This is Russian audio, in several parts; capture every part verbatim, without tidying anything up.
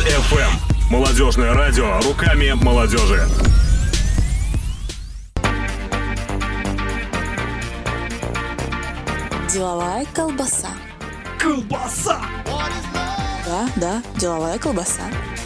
эф эм. Молодежное радио руками молодежи. Деловая колбаса. Колбаса! Да, да, деловая колбаса.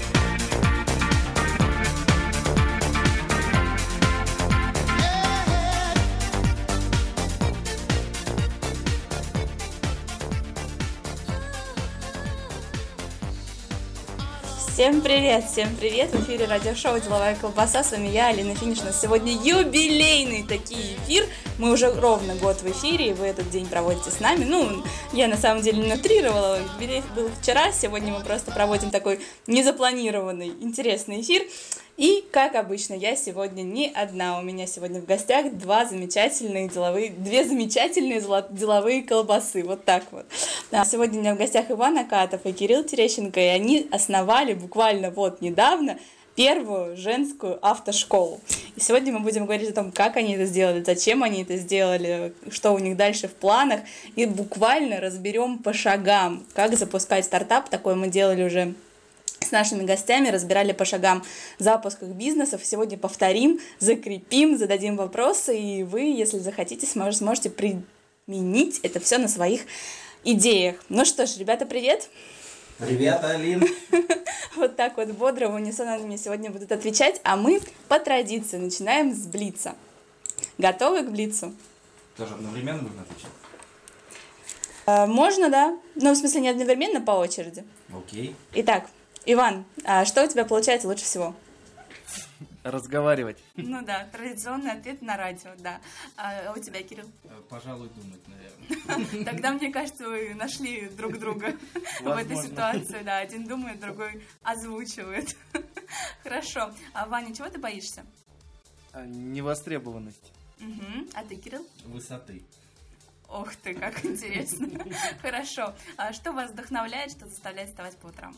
Всем привет, всем привет! В эфире радиошоу «Деловая колбаса». С вами я, Алина Финишна. Сегодня юбилейный такой эфир. Мы уже ровно год в эфире, и вы этот день проводите с нами. Ну, я на самом деле не утрировала. Юбилей был вчера, сегодня мы просто проводим такой незапланированный, интересный эфир. И, как обычно, я сегодня не одна. У меня сегодня в гостях два замечательные деловые, две замечательные деловые колбасы. Вот так вот. Сегодня у меня в гостях Иван Акатов и Кирилл Терещенко, и они основали буквально вот недавно первую женскую автошколу. И сегодня мы будем говорить о том, как они это сделали, зачем они это сделали, что у них дальше в планах, и буквально разберем по шагам, как запускать стартап. Такое мы делали уже с нашими гостями, разбирали по шагам запуска бизнесов. Сегодня повторим, закрепим, зададим вопросы, и вы, если захотите, сможете применить это все на своих идеях. Ну что ж, ребята, привет! Привет, Алин! Вот так вот бодро, в унисон они мне сегодня будут отвечать, а мы по традиции начинаем с блица. Готовы к блицу? Тоже одновременно нужно отвечать? А, можно, да. Ну, в смысле, не одновременно, по очереди. Окей. Итак, Иван, а что у тебя получается лучше всего? Разговаривать. Ну да, традиционный ответ на радио, да. А у тебя, Кирилл? Пожалуй, думать, наверное. Тогда, мне кажется, вы нашли друг друга в этой ситуации. Да, один думает, другой озвучивает. Хорошо. А, Ваня, чего ты боишься? Невостребованность. Угу. А ты, Кирилл? Высоты. Ох ты, как интересно. Хорошо. А что вас вдохновляет, что заставляет вставать по утрам?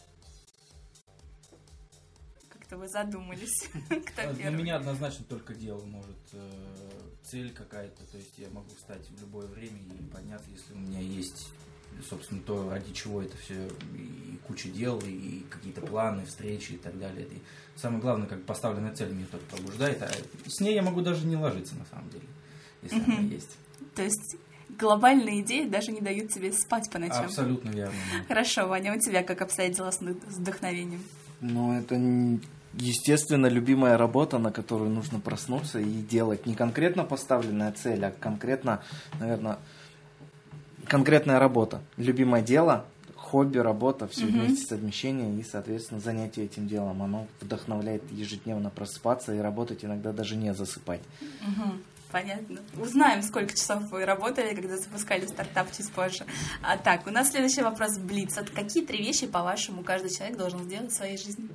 Как-то вы задумались. Кто Для первый? меня однозначно только дело может э, цель какая-то, то есть я могу встать в любое время и понятно, если у меня есть, собственно, то, ради чего это все, и куча дел, и какие-то планы, встречи и так далее. И самое главное, как поставленная цель меня только пробуждает, а с ней я могу даже не ложиться на самом деле, если Мгм. она есть. То есть глобальные идеи даже не дают тебе спать по ночам. Абсолютно верно. Да. Хорошо, Ваня, у тебя как обстоят дела с с вдохновением? Ну, это, н- естественно, любимая работа, на которую нужно проснуться и делать. Не конкретно поставленная цель, а конкретно, наверное, конкретная работа. Любимое дело, хобби, работа, все Мгм. вместе совмещение и, соответственно, занятие этим делом. Оно вдохновляет ежедневно просыпаться и работать, иногда даже не засыпать. Мгм. Понятно. Узнаем, сколько часов вы работали, когда запускали стартап чуть позже. А так, у нас следующий вопрос Блиц. Вот какие три вещи, по-вашему, каждый человек должен сделать в своей жизни?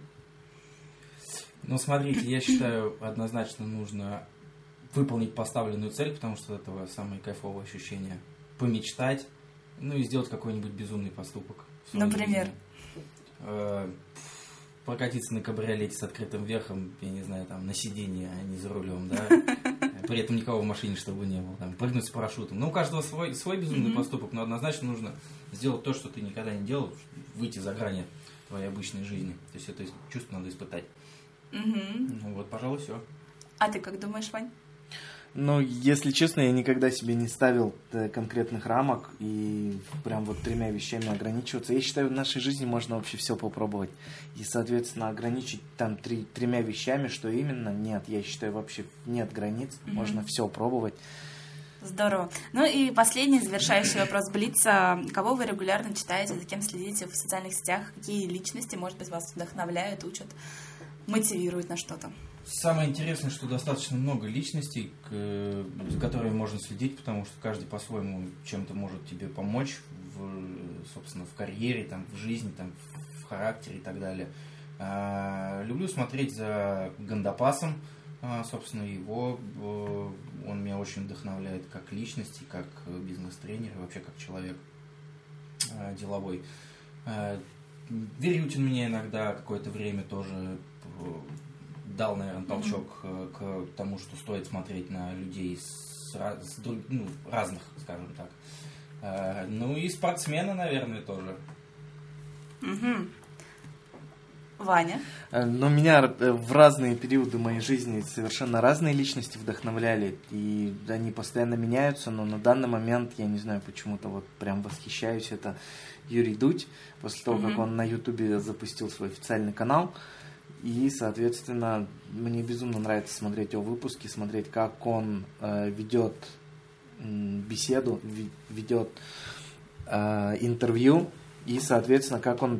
Ну, смотрите, я считаю, однозначно нужно выполнить поставленную цель, потому что это самые кайфовые ощущения. Помечтать, ну и сделать какой-нибудь безумный поступок. в своей Например? жизни. Э, Прокатиться на кабриолете с открытым верхом, я не знаю, там, на сиденье, а не за рулем, да. При этом никого в машине, чтобы не было. Там, прыгнуть с парашютом. Ну, у каждого свой, свой безумный Мгм. поступок, но однозначно нужно сделать то, что ты никогда не делал, выйти за грани твоей обычной жизни. То есть это чувство надо испытать. Мгм. Ну вот, пожалуй, все. А ты как думаешь, Вань? Ну, если честно, я никогда себе не ставил э, конкретных рамок и прям вот тремя вещами ограничиваться. Я считаю, в нашей жизни можно вообще все попробовать. И, соответственно, ограничить там три, тремя вещами, что именно, нет. Я считаю, вообще нет границ, Мгм. можно все пробовать. Здорово. Ну и последний, завершающий вопрос Блица. Кого вы регулярно читаете, за кем следите в социальных сетях? Какие личности, может быть, вас вдохновляют, учат, мотивируют на что-то? Самое интересное, что достаточно много личностей, к- за которыми можно следить, потому что каждый по-своему чем-то может тебе помочь, в, собственно, в карьере, там, в жизни, там, в характере и так далее. А, люблю смотреть за Гандапасом, а, собственно, его, э, он меня очень вдохновляет как личность, и как бизнес-тренер, и вообще как человек а, деловой. А, Верютин меня иногда какое-то время тоже э, дал, наверное, толчок mm-hmm. к тому, что стоит смотреть на людей с, с друг, ну, разных, скажем так. Ну и спортсмены, наверное, тоже. Угу. Ваня? Но меня в разные периоды моей жизни совершенно разные личности вдохновляли, и они постоянно меняются, но на данный момент, я не знаю, почему-то вот прям восхищаюсь, это Юрий Дудь, после того, mm-hmm. как он на Ютубе запустил свой официальный канал, и, соответственно, мне безумно нравится смотреть его выпуски, смотреть, как он э, ведет э, беседу, ведет э, интервью, и, соответственно, как он...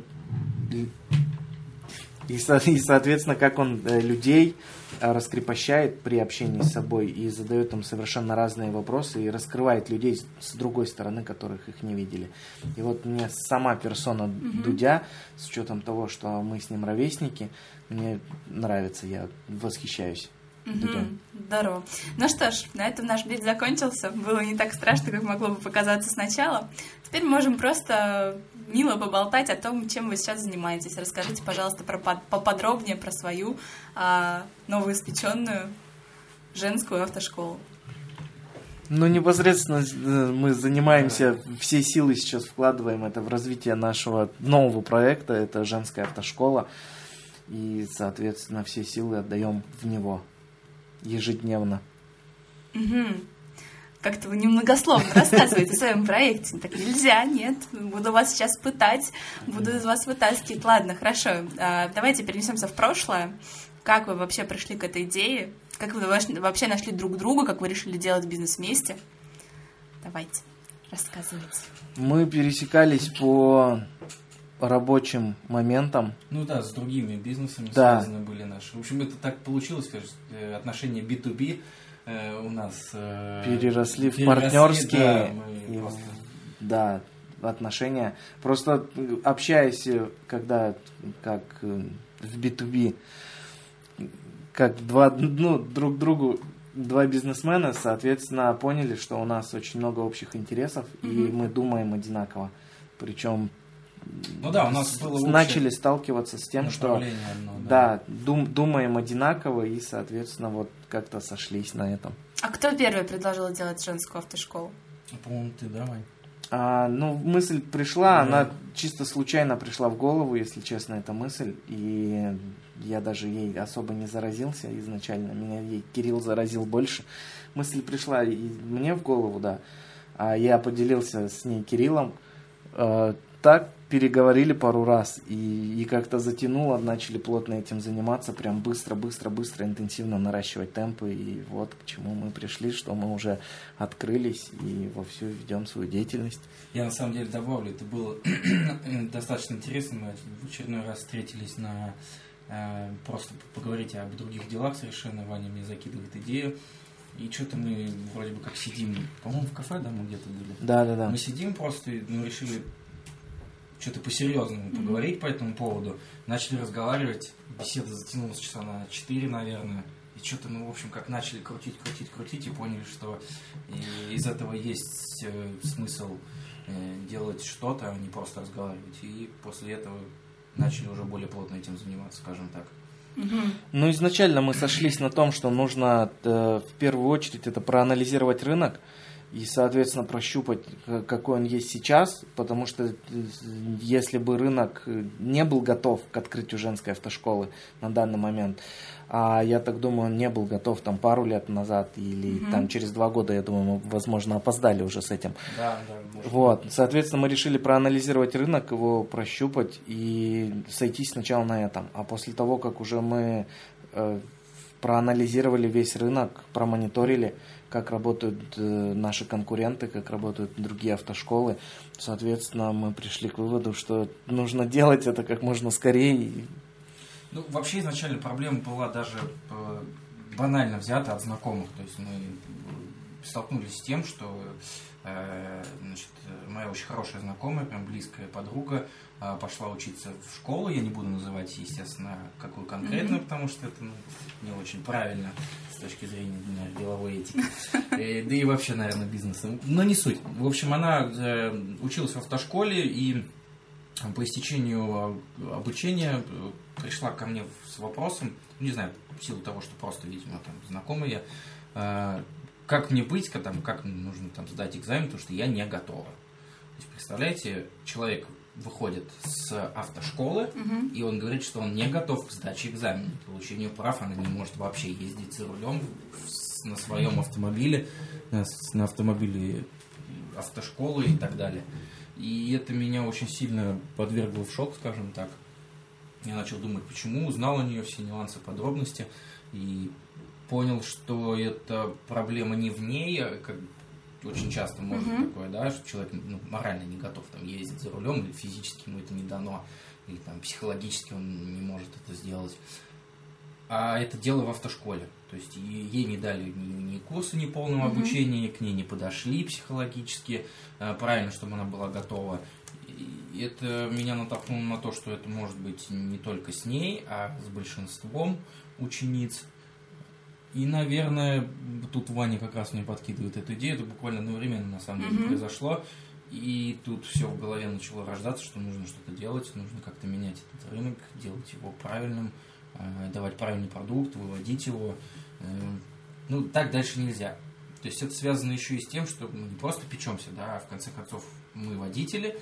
И, и, соответственно, как он э, людей э, раскрепощает при общении с собой и задает им совершенно разные вопросы и раскрывает людей с, с другой стороны, которых их не видели. И вот мне сама персона mm-hmm. Дудя, с учетом того, что мы с ним ровесники, мне нравится, я восхищаюсь. Угу, здорово. Ну что ж, на этом наш блиц закончился. Было не так страшно, как могло бы показаться сначала. Теперь можем просто мило поболтать о том, чем вы сейчас занимаетесь. Расскажите, пожалуйста, про, поподробнее про свою а, новоиспеченную женскую автошколу. Ну, непосредственно мы занимаемся, все силы сейчас вкладываем это в развитие нашего нового проекта, это женская автошкола. И, соответственно, все силы отдаем в него. Ежедневно. Угу. Как-то вы немногословно рассказываете о своем проекте. Так нельзя, нет. Буду вас сейчас пытать, буду из вас вытаскивать. Ладно, хорошо. Давайте перенесемся в прошлое. Как вы вообще пришли к этой идее? Как вы вообще нашли друг друга? Как вы решили делать бизнес вместе? Давайте, рассказывайте. Мы пересекались по рабочим моментам. Ну да, с другими бизнесами да. связаны были наши. В общем, это так получилось, кажется, отношения би ту би э, у нас э, переросли в переросли, партнерские да, и, просто... да, отношения. Просто общаясь, когда как в би ту би, как два, ну, друг другу два бизнесмена, соответственно, поняли, что у нас очень много общих интересов, mm-hmm. и мы думаем одинаково. Причем ну да, у нас было начали сталкиваться с тем, что одно, да, да дум, думаем одинаково и, соответственно, вот как-то сошлись на этом. А кто первый предложил делать женскую автошколу? По-моему, ты, давай. А, ну, мысль пришла, да. Она чисто случайно пришла в голову, если честно, эта мысль, и я даже ей особо не заразился изначально, меня ей Кирилл заразил больше. Мысль пришла и мне в голову, да, а я поделился с ней Кириллом, э, так переговорили пару раз и, и как-то затянуло, начали плотно этим заниматься, прям быстро, быстро, быстро, интенсивно наращивать темпы, и вот к чему мы пришли, что мы уже открылись и вовсю ведем свою деятельность. Я на самом деле добавлю, это было достаточно интересно, мы в очередной раз встретились на э, просто поговорить об других делах совершенно, Ваня мне закидывает идею. И что-то мы вроде бы как сидим, по-моему, в кафе, да, мы где-то были? Да, да, да. Мы сидим просто, и мы решили что-то по-серьезному mm-hmm. поговорить по этому поводу. Начали разговаривать, беседа затянулась часа на четыре, наверное. И что-то мы, в общем, как начали крутить, крутить, крутить, и поняли, что из этого есть смысл делать что-то, а не просто разговаривать. И после этого начали уже более плотно этим заниматься, скажем так. Mm-hmm. Ну, изначально мы сошлись на том, что нужно в первую очередь это проанализировать рынок, и, соответственно, прощупать, какой он есть сейчас, потому что если бы рынок не был готов к открытию женской автошколы на данный момент, а я так думаю, он не был готов там пару лет назад или mm-hmm. там через два года, я думаю, мы, возможно, опоздали уже с этим. Да, да. Вот, соответственно, мы решили проанализировать рынок, его прощупать и сойтись сначала на этом, а после того, как уже мы э, проанализировали весь рынок, промониторили, как работают э, наши конкуренты, как работают другие автошколы. Соответственно, мы пришли к выводу, что нужно делать это как можно скорее. Ну, вообще, изначально проблема была даже э, банально взята от знакомых. То есть мы столкнулись с тем, что э, значит, моя очень хорошая знакомая, прям близкая подруга, э, пошла учиться в школу. Я не буду называть, естественно, какую конкретно, mm-hmm. потому что это ну, не очень правильно с точки зрения не, деловой этики. Э, да и вообще, наверное, бизнеса. Но не суть. В общем, она э, училась в автошколе и по истечению обучения пришла ко мне с вопросом, не знаю, в силу того, что просто, видимо, там знакомые, э, как мне быть, как, там, как нужно там, сдать экзамен, потому что я не готова. То есть, представляете, человек выходит с автошколы, Мгм. и он говорит, что он не готов к сдаче экзамена, к получению прав, она не может вообще ездить за рулем с- на своем автомобиле, на, с- на автомобиле автошколы и так далее. И это меня очень сильно подвергло в шок, скажем так. Я начал думать, почему, узнал у нее все нюансы, подробности, и понял, что это проблема не в ней, а как очень часто может Мгм. такое, да, что человек ну, морально не готов там ездить за рулем, или физически ему это не дано, или там психологически он не может это сделать. А это дело в автошколе. То есть е- ей не дали ни, ни курсы, ни полного Мгм. обучения, к ней не подошли психологически, э, правильно, чтобы она была готова. И это меня натолкнуло на то, что это может быть не только с ней, а с большинством учениц. И, наверное, тут Ваня как раз мне подкидывает эту идею, это буквально одновременно на самом деле Мгм. произошло. И тут все в голове начало рождаться, что нужно что-то делать, нужно как-то менять этот рынок, делать его правильным, э, давать правильный продукт, выводить его. Э, Ну, так дальше нельзя. То есть это связано еще и с тем, что мы не просто печемся, да, а в конце концов мы водители,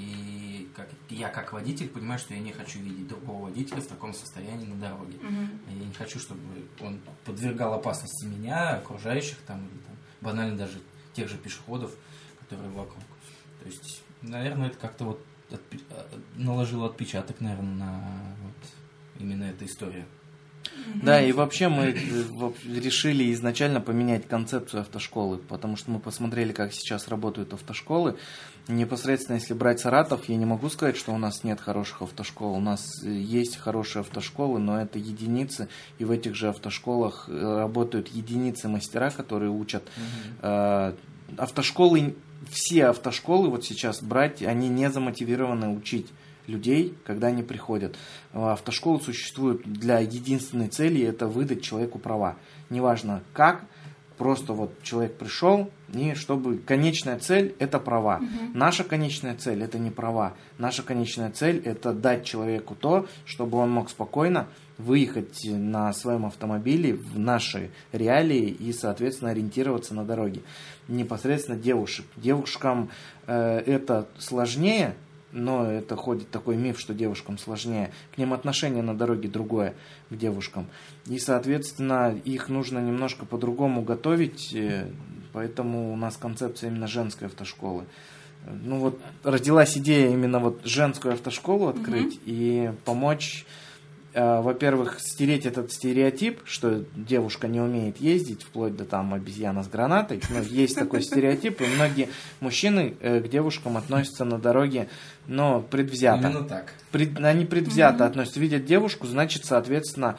и как, я как водитель понимаю, что я не хочу видеть другого водителя в таком состоянии на дороге. Мгм. Я не хочу, чтобы он подвергал опасности меня, окружающих, там, или, там, банально даже тех же пешеходов, которые вокруг. То есть, наверное, это как-то вот отпи- наложило отпечаток, наверное, на вот именно эта история. Да, и вообще мы э, в- решили изначально поменять концепцию автошколы, потому что мы посмотрели, как сейчас работают автошколы. Непосредственно, если брать Саратов, я не могу сказать, что у нас нет хороших автошкол. У нас э, есть хорошие автошколы, но это единицы, и в этих же автошколах э, работают единицы мастера, которые учат. Э, Автошколы, все автошколы вот сейчас брать, они не замотивированы учить людей, когда они приходят. Автошколы существуют для единственной цели, это выдать человеку права. Неважно как, просто вот человек пришел, и чтобы конечная цель это права. Наша конечная цель это не права. Наша конечная цель это дать человеку то, чтобы он мог спокойно выехать на своем автомобиле в наши реалии и, соответственно, ориентироваться на дороге. Непосредственно девушек. Девушкам э, это сложнее, но это ходит такой миф, что девушкам сложнее. К ним отношение на дороге другое, к девушкам. И, соответственно, их нужно немножко по-другому готовить, э, поэтому у нас концепция именно женской автошколы. Ну вот, родилась идея именно вот женскую автошколу открыть и помочь, э, во-первых, стереть этот стереотип, что девушка не умеет ездить, вплоть до там обезьяна с гранатой. Но есть такой стереотип, и многие мужчины э, к девушкам относятся на дороге, но предвзято. Именно так. Пред- они предвзято Мгм. относятся. Видят девушку, значит, соответственно,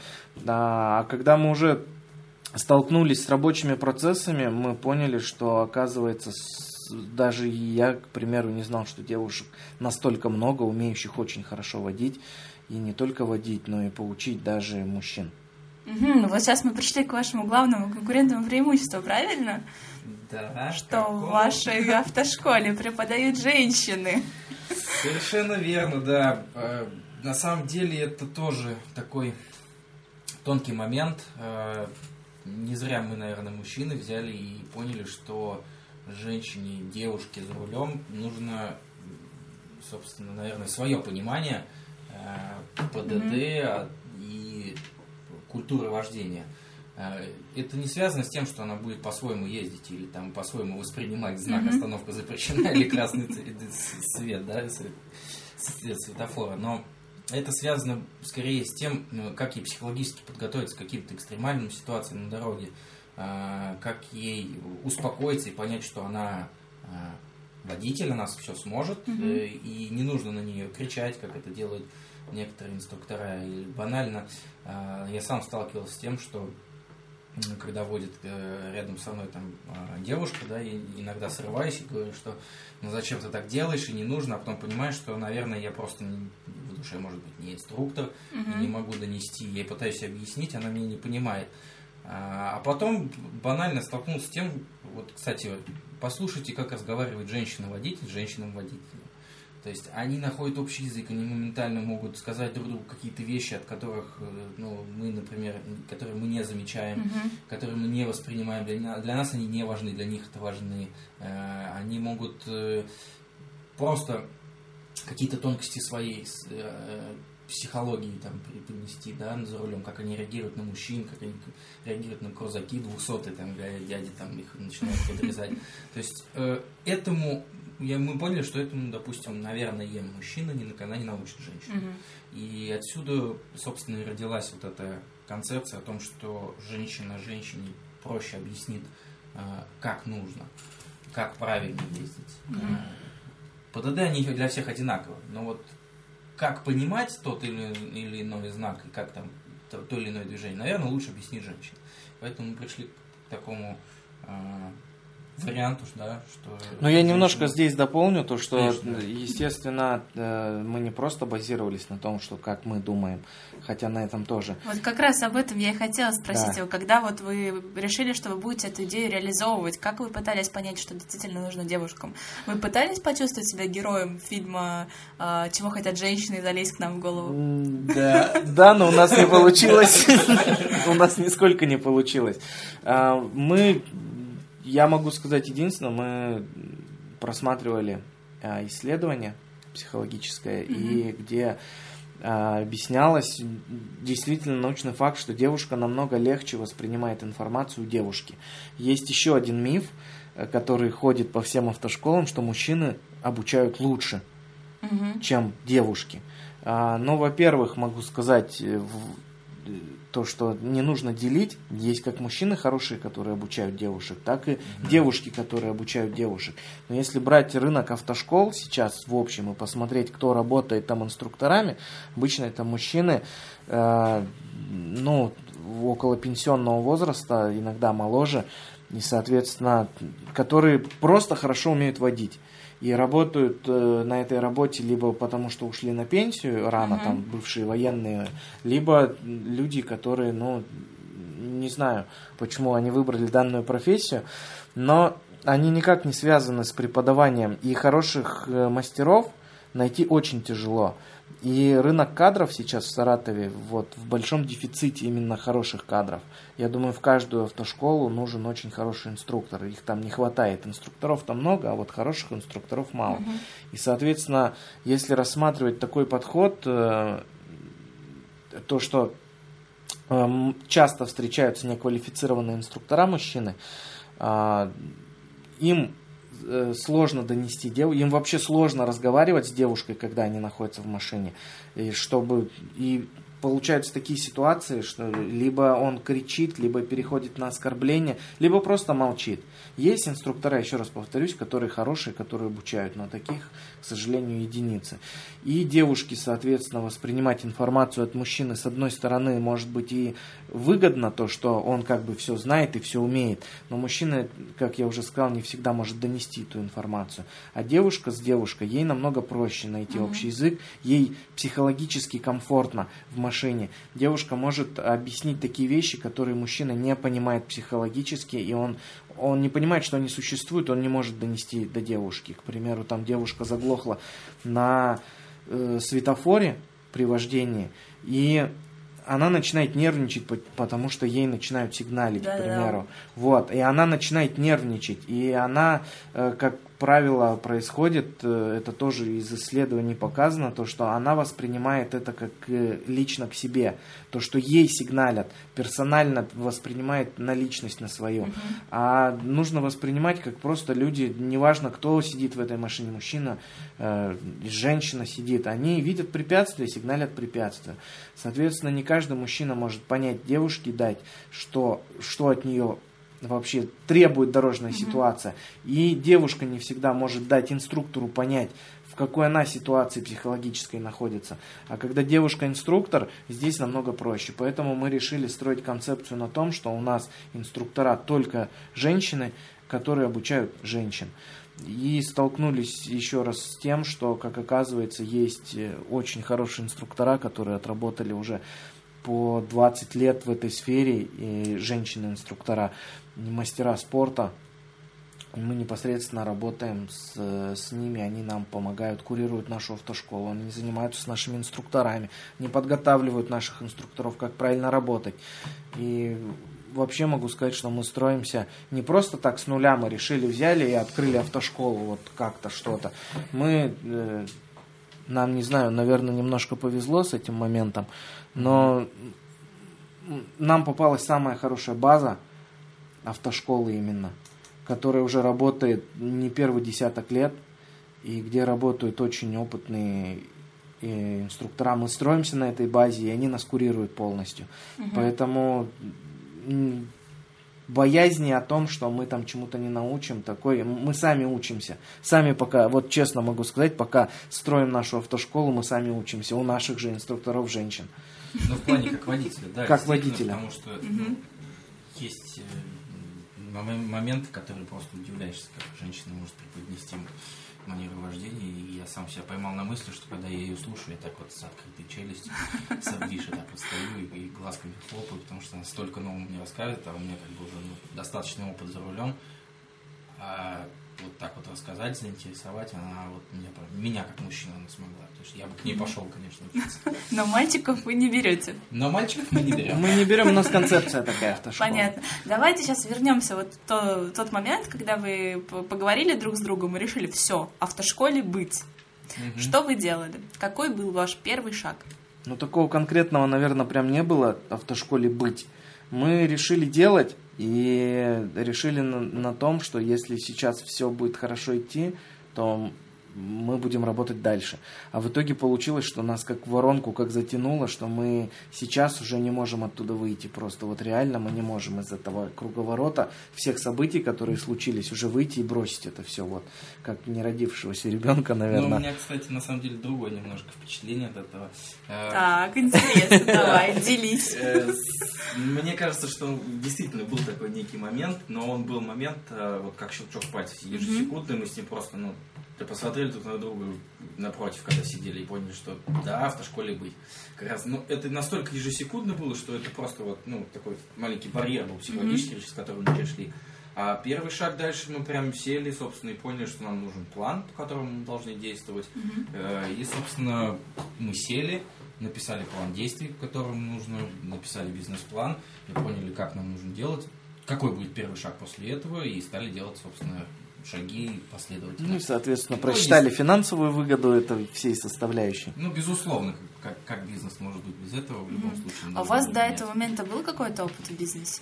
а когда мы уже столкнулись с рабочими процессами, мы поняли, что, оказывается, с- даже я, к примеру, не знал, что девушек настолько много, умеющих очень хорошо водить. И не только водить, но и поучить даже мужчин. Мгм. Вот сейчас мы пришли к вашему главному конкурентному преимуществу, правильно? Да, Что в вашей автошколе преподают женщины. Совершенно верно, да. Э, На самом деле это тоже такой тонкий момент. Э, Не зря мы, наверное, мужчины взяли и поняли, что женщине, девушке за рулем нужно, собственно, наверное, свое понимание э, ПДД а, и культуры вождения. Э, Это не связано с тем, что она будет по-своему ездить или там по-своему воспринимать знак Мгм. «остановка запрещена» или красный ц- свет, да, свет светофора, но это связано скорее с тем, ну, как ей психологически подготовиться к каким-то экстремальным ситуациям на дороге, э, как ей успокоиться и понять, что она э, водитель, она все сможет, Мгм. э, и не нужно на нее кричать, как это делают некоторые инструктора. И банально э, я сам сталкивался с тем, что м, когда водит э, рядом со мной там э, девушка, да, я иногда срываюсь и говорю, что ну зачем ты так делаешь, и не нужно, а потом понимаешь, что, наверное, я просто не- в душе, может быть, не инструктор, и не могу донести, я ей пытаюсь объяснить, она меня не понимает. А а потом банально столкнулся с тем, вот, кстати, послушайте, как разговаривает женщина-водитель с женщином-водителем. То есть они находят общий язык, они моментально могут сказать друг другу какие-то вещи, от которых э, ну, мы, например, которые мы не замечаем, Мгм. которые мы не воспринимаем. Для, на- для нас они не важны, для них это важны. Э, Они могут э, просто какие-то тонкости своей э, психологии там принести, да, за рулем, как они реагируют на мужчин, как они реагируют на крузаки двухсотые, там, дяди там их начинают подрезать. То есть э, этому, я, мы поняли, что этому, допустим, наверное, мужчина никогда не научит женщину. Mm-hmm. И отсюда, собственно, и родилась вот эта концепция о том, что женщина женщине проще объяснит, э, как нужно, как правильно ездить. Mm-hmm. ПДД, они для всех одинаковые, но вот как понимать тот или, или иной знак и как там то, то или иное движение, наверное, лучше объяснить женщине. Поэтому мы пришли к такому э, варианту, да, что... Ну, я женщина... немножко здесь дополню то, что, Конечно. естественно, мы не просто базировались на том, что как мы думаем, хотя на этом тоже. Вот как раз об этом я и хотела спросить. Да. Когда вот вы решили, что вы будете эту идею реализовывать, как вы пытались понять, что действительно нужно девушкам? Вы пытались почувствовать себя героем фильма «Чего хотят женщины» и залезть к нам в голову? Да, да, но у нас не получилось. У нас нисколько не получилось. Мы... Я могу сказать единственное, мы просматривали а, исследование психологическое, mm-hmm. и где а, объяснялось действительно научный факт, что девушка намного легче воспринимает информацию девушки. Есть еще один миф, который ходит по всем автошколам, что мужчины обучают лучше, mm-hmm. чем девушки. А, но, во-первых, могу сказать... то, что не нужно делить. Есть как мужчины хорошие, которые обучают девушек, так и mm-hmm. девушки, которые обучают девушек. Но если брать рынок автошкол сейчас в общем и посмотреть, кто работает там инструкторами, обычно это мужчины, э, ну, около пенсионного возраста, иногда моложе, и, соответственно, которые просто хорошо умеют водить. И работают э, на этой работе либо потому, что ушли на пенсию рано, uh-huh. там, бывшие военные, либо люди, которые, ну, не знаю, почему они выбрали данную профессию, но они никак не связаны с преподаванием. И хороших э, мастеров найти очень тяжело. И рынок кадров сейчас в Саратове вот, в большом дефиците именно хороших кадров. Я думаю, в каждую автошколу нужен очень хороший инструктор. Их там не хватает. Инструкторов там много, а вот хороших инструкторов мало. Uh-huh. И, соответственно, если рассматривать такой подход, э, то, что э, часто встречаются неквалифицированные инструктора мужчины, э, им сложно донести девушку, им вообще сложно разговаривать с девушкой, когда они находятся в машине, и чтобы и получаются такие ситуации, что либо он кричит, либо переходит на оскорбление, либо просто молчит. Есть инструктора, еще раз повторюсь, которые хорошие, которые обучают, но таких, к сожалению, единицы. И девушке, соответственно, воспринимать информацию от мужчины, с одной стороны, может быть и выгодно то, что он как бы все знает и все умеет, но мужчина, как я уже сказал, не всегда может донести эту информацию. А девушка с девушкой, ей намного проще найти mm-hmm. общий язык, ей психологически комфортно в машине. Девушка может объяснить такие вещи, которые мужчина не понимает психологически, и он, он не понимает, что они существуют, он не может донести до девушки. К примеру, там девушка заглохла на э, светофоре при вождении, и она начинает нервничать, потому что ей начинают сигналить, да, к примеру. Да. Вот, и она начинает нервничать, и она, э, как правило, происходит, это тоже из исследований показано, то, что она воспринимает это как лично к себе, то, что ей сигналят, персонально воспринимает на личность на свою. Uh-huh. А нужно воспринимать как просто люди, неважно, кто сидит в этой машине, мужчина, э, женщина сидит, они видят препятствия, сигналят препятствия. Соответственно, не каждый мужчина может понять девушке, дать, что, что от нее вообще требует дорожная mm-hmm. ситуация. И девушка не всегда может дать инструктору понять, в какой она ситуации психологической находится. А когда девушка инструктор, здесь намного проще. Поэтому мы решили строить концепцию на том, что у нас инструктора только женщины, которые обучают женщин. И столкнулись еще раз с тем, что, как оказывается, есть очень хорошие инструктора, которые отработали уже по двадцать лет в этой сфере, и женщины-инструктора, мастера спорта. Мы непосредственно работаем с, с ними, они нам помогают, курируют нашу автошколу, они занимаются с нашими инструкторами, они подготавливают наших инструкторов, как правильно работать. И вообще могу сказать, что мы строимся не просто так с нуля, мы решили, взяли и открыли автошколу, вот как-то что-то. Мы... Э, нам, не знаю, наверное, немножко повезло с этим моментом, но нам попалась самая хорошая база, автошколы именно, которая уже работает не первый десяток лет, и где работают очень опытные инструктора. Мы строимся на этой базе, и они нас курируют полностью. Угу. Поэтому боязни о том, что мы там чему-то не научим, такой, мы сами учимся. Сами пока, вот честно могу сказать, пока строим нашу автошколу, мы сами учимся. У наших же инструкторов женщин. Ну, в плане как водителя, да. Как водителя. Потому что угу. ну, есть моменты, которые просто удивляешься, как женщина может преподнести манеру вождения, и я сам себя поймал на мысли, что когда я ее слушаю, я так вот с открытой челюстью, с обвисшей так вот стою и, и глазками хлопаю, потому что она столько нового мне расскажет, а у меня как бы уже ну, достаточный опыт за рулем. А вот так вот рассказать, заинтересовать, она вот меня, меня как мужчина она смогла. То есть я бы к ней пошел, конечно, учиться. Но мальчиков вы не берете. Но мальчиков мы не берем. Мы не берем, у нас концепция такая автошкола. Понятно. Давайте сейчас вернемся вот в то, тот момент, когда вы поговорили друг с другом и решили, все, автошколе быть. Угу. Что вы делали? Какой был ваш первый шаг? Ну, такого конкретного, наверное, прям не было автошколе быть. Мы решили делать и решили на, на том, что если сейчас все будет хорошо идти, то мы будем работать дальше. А в итоге получилось, что нас как в воронку как затянуло, что мы сейчас уже не можем оттуда выйти. Просто вот реально мы не можем из этого круговорота всех событий, которые случились, уже выйти и бросить это все. Вот как неродившегося ребенка, наверное. Ну, у меня, кстати, на самом деле другое немножко впечатление от этого. Так, интересно, давай, делись. Мне кажется, что действительно был такой некий момент, но он был момент, вот как щелчок пальцев, ежесекундный, мы с ним просто, ну, посмотрели друг на друга напротив, когда сидели, и поняли, что да, автошколе быть. Как раз, ну, это настолько ежесекундно было, что это просто вот, ну, такой маленький барьер был психологический, mm-hmm. через который мы перешли. А первый шаг дальше мы прям сели, собственно, и поняли, что нам нужен план, по которому мы должны действовать. Mm-hmm. И, собственно, мы сели, написали план действий, по которому нужно, написали бизнес-план, и поняли, как нам нужно делать, какой будет первый шаг после этого, и стали делать, собственно, шаги последовательно. Ну и, соответственно, просчитали ну, финансовую выгоду этой всей составляющей. Ну, безусловно, как, как бизнес может быть без этого, в любом mm-hmm. случае. А у вас до этого момента был какой-то опыт в бизнесе?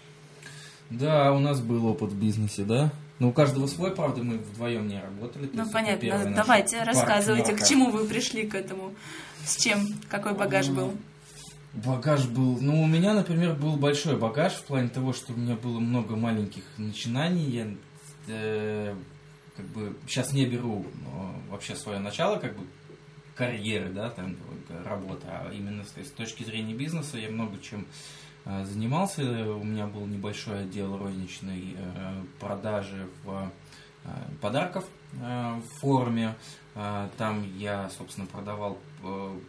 Да, у нас был опыт в бизнесе, да. Но у каждого свой, правда, мы вдвоем не работали. Ну, понятно. Давайте, рассказывайте, к чему вы пришли к этому, с чем, какой багаж был? Багаж был... Ну, у меня, например, был большой багаж в плане того, что у меня было много маленьких начинаний. Я э, как бы сейчас не беру э, вообще свое начало, как бы карьеры, да, там, работы, а именно с, с точки зрения бизнеса я много чем э, занимался. У меня был небольшой отдел розничной э, продажи в, э, подарков э, в форуме. Э, там я, собственно, продавал э,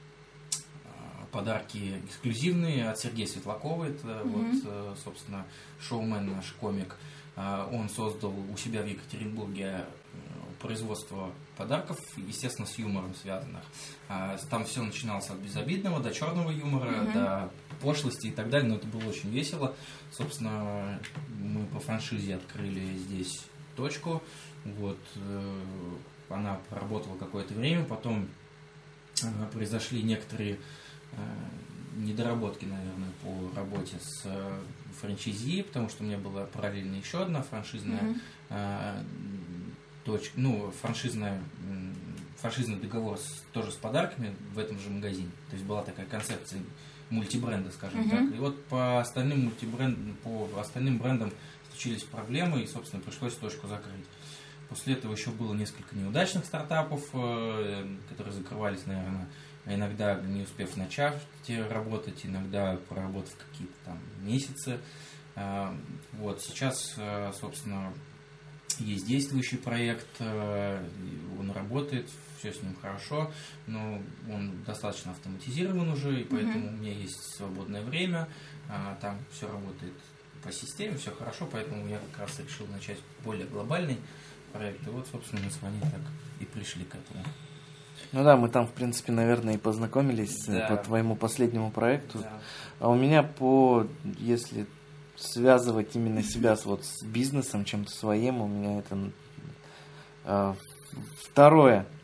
подарки эксклюзивные от Сергея Светлакова. Это mm-hmm. вот, собственно, шоумен, наш комик. Он создал у себя в Екатеринбурге производство подарков, естественно, с юмором связанных. Там все начиналось от безобидного до черного юмора, mm-hmm. до пошлости и так далее, но это было очень весело. Собственно, мы по франшизе открыли здесь точку. Вот. Она проработала какое-то время, потом произошли некоторые недоработки, наверное, по работе с франчайзи, потому что у меня была параллельно еще одна франшизная mm-hmm. э, точка, ну, франшизная, франшизный договор с, тоже с подарками в этом же магазине. То есть была такая концепция мультибренда, скажем mm-hmm. так. И вот по остальным мультибрендам, по остальным брендам случились проблемы, и, собственно, пришлось точку закрыть. После этого еще было несколько неудачных стартапов, э, которые закрывались, наверное, иногда не успев начать работать, иногда проработав какие-то там месяцы. Вот сейчас, собственно, есть действующий проект, он работает, все с ним хорошо, но он достаточно автоматизирован уже, и поэтому mm-hmm. у меня есть свободное время, там все работает по системе, все хорошо, поэтому я как раз решил начать более глобальный проект. И вот, собственно, мы с вами так и пришли к этому. Ну да, мы там, в принципе, наверное, и познакомились да. по твоему последнему проекту. Да. А у меня по, если связывать именно себя с, вот, с бизнесом, чем-то своим, у меня это э, второе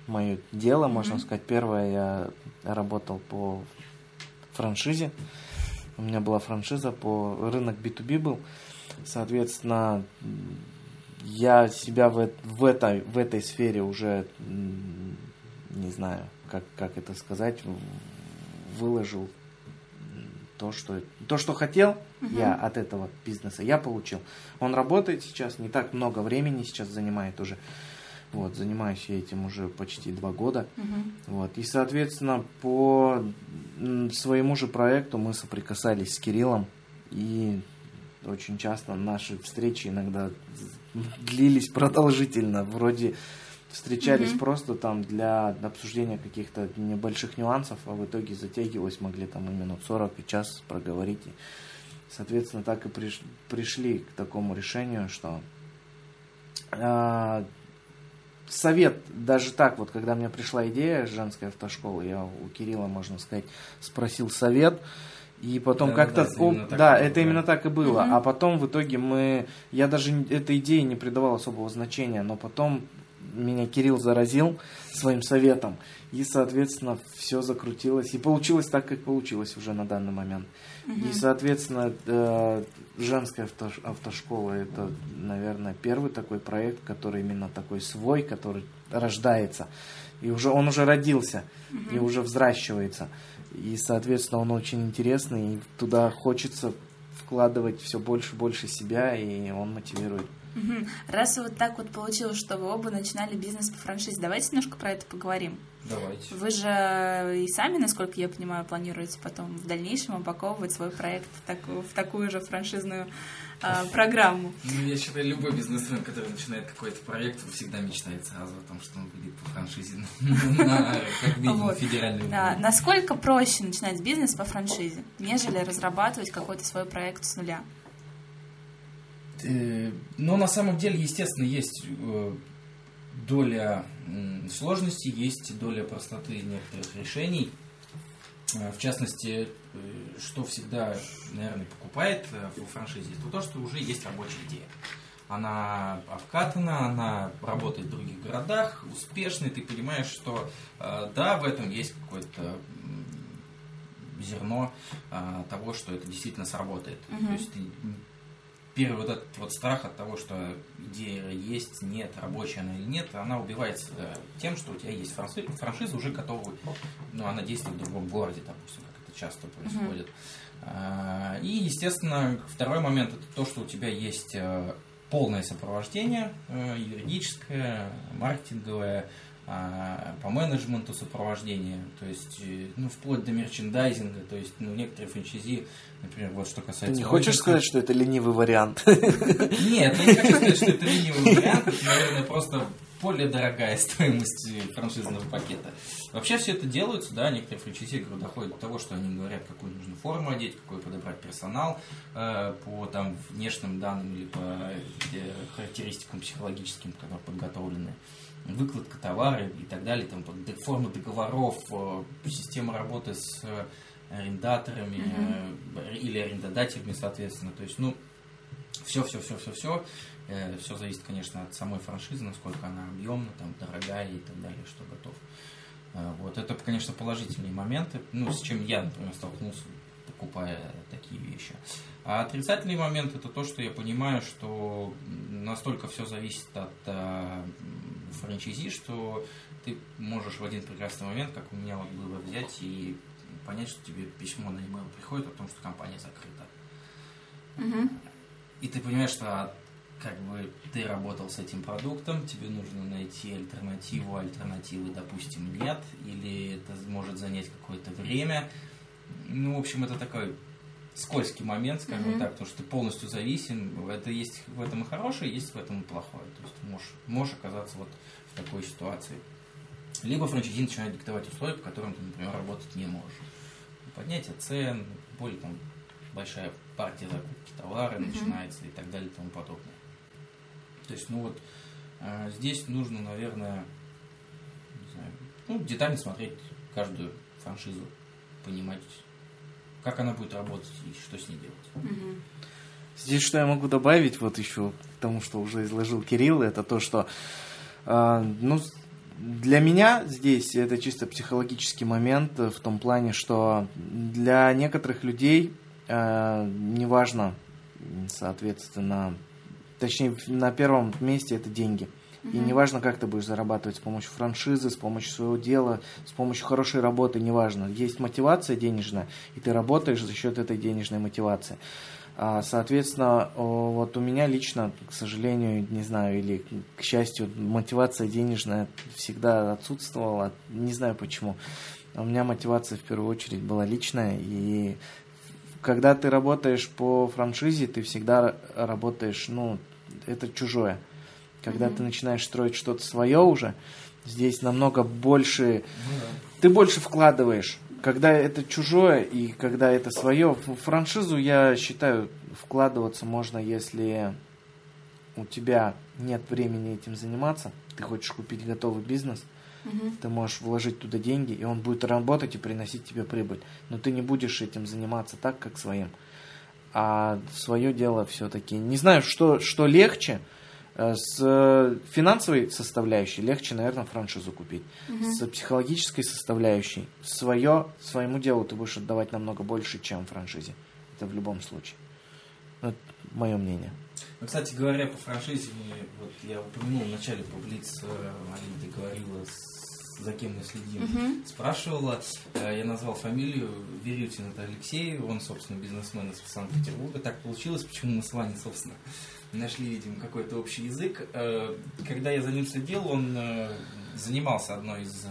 мое дело, можно Мгм. сказать. Первое, я работал по франшизе. У меня была франшиза, по рынок би ту би был. Соответственно, я себя в, в, этой, в этой сфере уже, м, не знаю, как, как это сказать, в- выложил то, что, то, что хотел Мгм. я от этого бизнеса, я получил. Он работает сейчас, не так много времени сейчас занимает уже. Вот, занимаюсь я этим уже почти два года. Мгм. Вот. И, соответственно, по м, своему же проекту мы соприкасались с Кириллом. И очень часто наши встречи иногда длились продолжительно. Вроде встречались Мгм. просто там для обсуждения каких-то небольших нюансов, а в итоге затягивалось, могли там и минут сорок, и час проговорить. И, соответственно, так и приш- пришли к такому решению, что а, совет, даже так вот, когда мне пришла идея женской автошколы, я у Кирилла, можно сказать, спросил совет, и потом Да, как-то, да, это о, именно так да, и было, это да. именно так и было, Мгм. а потом в итоге мы, я даже н- этой идее не придавал особого значения, но потом меня Кирилл заразил своим советом, и, соответственно, все закрутилось, и получилось так, как получилось уже на данный момент. Мгм. И, соответственно, э, женская авто- автошкола — это, наверное, первый такой проект, который именно такой свой, который рождается. И уже он уже родился, и уже взращивается. И, соответственно, он очень интересный, и туда хочется вкладывать все больше и больше себя, и он мотивирует. Мгм. Раз вот так вот получилось, что вы оба начинали бизнес по франшизе, давайте немножко про это поговорим. Давайте. Вы же и сами, насколько я понимаю, планируете потом в дальнейшем упаковывать свой проект в такую, в такую же франшизную а, программу. Ну, я считаю, любой бизнесмен, который начинает какой-то проект, всегда мечтает сразу о том, что он выйдет по франшизе на, как минимум, Вот. федеральный Да. уровень. Насколько проще начинать бизнес по франшизе, нежели разрабатывать какой-то свой проект с нуля? Э, Ну, на самом деле, естественно, есть э, доля м, сложности, есть доля простоты некоторых решений. Э, В частности, э, что всегда, наверное, покупает э, в франшизе, это то, что уже есть рабочая идея. Она обкатана, она работает в других городах, успешно, и ты понимаешь, что э, да, в этом есть какое-то м, зерно э, того, что это действительно сработает. Мгм. То есть ты первый вот этот вот страх от того, что идея есть, нет, рабочая она или нет, она убивается э, тем, что у тебя есть франшиза, франшиза уже готова, ну, она действует в другом городе, допустим, как это часто происходит. А, И, естественно, второй момент — это то, что у тебя есть э, полное сопровождение, э, юридическое, маркетинговое, а, по менеджменту сопровождение, то есть, э, ну, вплоть до мерчендайзинга, то есть, ну, некоторые франчайзи, например, вот что Ты касается... не хочешь логистики- сказать, что это ленивый вариант? Нет, я не хочу сказать, что это ленивый вариант, это, наверное, просто более дорогая стоимость франшизного пакета. Вообще все это делается, да, некоторые франчайзи доходят до того, что они говорят, какую нужно форму одеть, какой подобрать персонал э, по там внешним данным или по э, характеристикам психологическим, которые подготовлены, выкладка товара и так далее, там, д- форма договоров, э, система работы с э, арендаторами э, или арендодателями, соответственно. То есть, ну, все-все-все-все-все. Все зависит, конечно, от самой франшизы, насколько она объемна, там, дорогая и так далее, что готов. Э, Вот. Это, конечно, положительные моменты, ну, с чем я, например, столкнулся, покупая такие вещи. А отрицательный момент — это то, что я понимаю, что настолько все зависит от э, франчайзи, что ты можешь в один прекрасный момент, как у меня вот было, взять и понять, что тебе письмо на e-mail приходит о том, что компания закрыта. Мгм. И ты понимаешь, что как бы ты работал с этим продуктом, тебе нужно найти альтернативу, альтернативы, допустим, нет, или это может занять какое-то время. Ну, в общем, это такой скользкий момент, скажем Мгм. так, потому что ты полностью зависим. Это есть в этом и хорошее, есть в этом и плохое. То есть ты можешь, можешь оказаться вот в такой ситуации. Либо франчайзи начинает диктовать условия, по которым ты, например, работать не можешь. Поднятие цен, более там большая партия закупки товара Мгм. начинается и так далее и тому подобное. То есть, ну вот, э, здесь нужно, наверное, не знаю, ну, детально смотреть каждую франшизу, понимать, как она будет работать и что с ней делать. Мгм. Здесь что я могу добавить, вот еще к тому, что уже изложил Кирилл, это то, что, э, ну, Для меня здесь это чисто психологический момент в том плане, что для некоторых людей э, неважно, соответственно, точнее на первом месте это деньги. И неважно, как ты будешь зарабатывать, с помощью франшизы, с помощью своего дела, с помощью хорошей работы, неважно. Есть мотивация денежная, и ты работаешь за счет этой денежной мотивации. Соответственно, вот у меня лично, к сожалению, не знаю, или к счастью, мотивация денежная всегда отсутствовала, не знаю почему. У меня мотивация в первую очередь была личная, и когда ты работаешь по франшизе, ты всегда работаешь, ну, это чужое. Когда mm-hmm. ты начинаешь строить что-то свое уже, здесь намного больше, mm-hmm. ты больше вкладываешь. Когда это чужое и когда это свое, в франшизу, я считаю, вкладываться можно, если у тебя нет времени этим заниматься, ты хочешь купить готовый бизнес, mm-hmm. ты можешь вложить туда деньги, и он будет работать и приносить тебе прибыль. Но ты не будешь этим заниматься так, как своим. А свое дело все-таки, не знаю, что, что легче. С финансовой составляющей легче, наверное, франшизу купить. Uh-huh. С психологической составляющей свое, своему делу ты будешь отдавать намного больше, чем франшизе. Это в любом случае. Это мое мнение. Ну, кстати говоря, по франшизе, вот я упомянул в начале по Блиц, Алина, ты говорила, за кем мы следим, uh-huh. спрашивала. Я назвал фамилию Верютин, это Алексей, он, собственно, бизнесмен из Санкт-Петербурга. Так получилось, почему мы с Ваней, собственно, нашли, видимо, какой-то общий язык. Когда я за ним следил, он занимался одной из...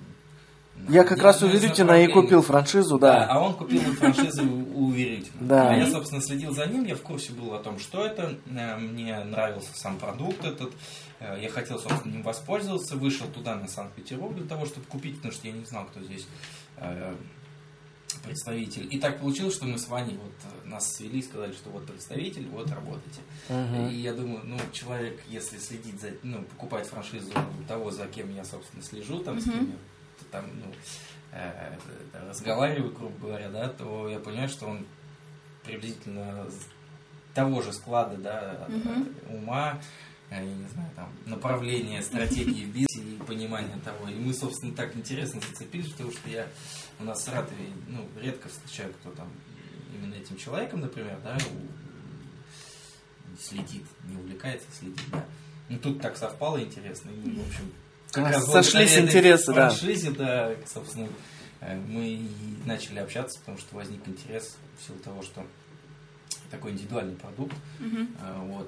Я как раз у Верютина и купил франшизу, да. Да, а он купил франшизу у Верютина. Да. А я, собственно, следил за ним, я в курсе был о том, что это. Мне нравился сам продукт этот. Я хотел, собственно, им воспользоваться. Вышел туда, на Санкт-Петербург, для того, чтобы купить, потому что я не знал, кто здесь представитель. И так получилось, что мы с Ваней вот нас свели и сказали, что вот представитель, вот работайте. Uh-huh. И я думаю, ну, человек, если следить за, ну, покупать франшизу того, за кем я, собственно, слежу, там, uh-huh. с кем я там, ну, э, разговариваю, грубо говоря, да, то я понимаю, что он приблизительно того же склада, да, uh-huh. ума, я не знаю, там, направления, стратегии в бизнесе и понимания того. И мы, собственно, так интересно зацепились, потому что я у нас в Саратове, ну, редко встречаю, кто там именно этим человеком, например, да, следит, не увлекается, следит, да. Ну, тут так совпало интересно, и, в общем, как раз сошлись интересы, да. Франшизе, да, собственно, мы и начали общаться, потому что возник интерес в силу того, что такой индивидуальный продукт, uh-huh. вот,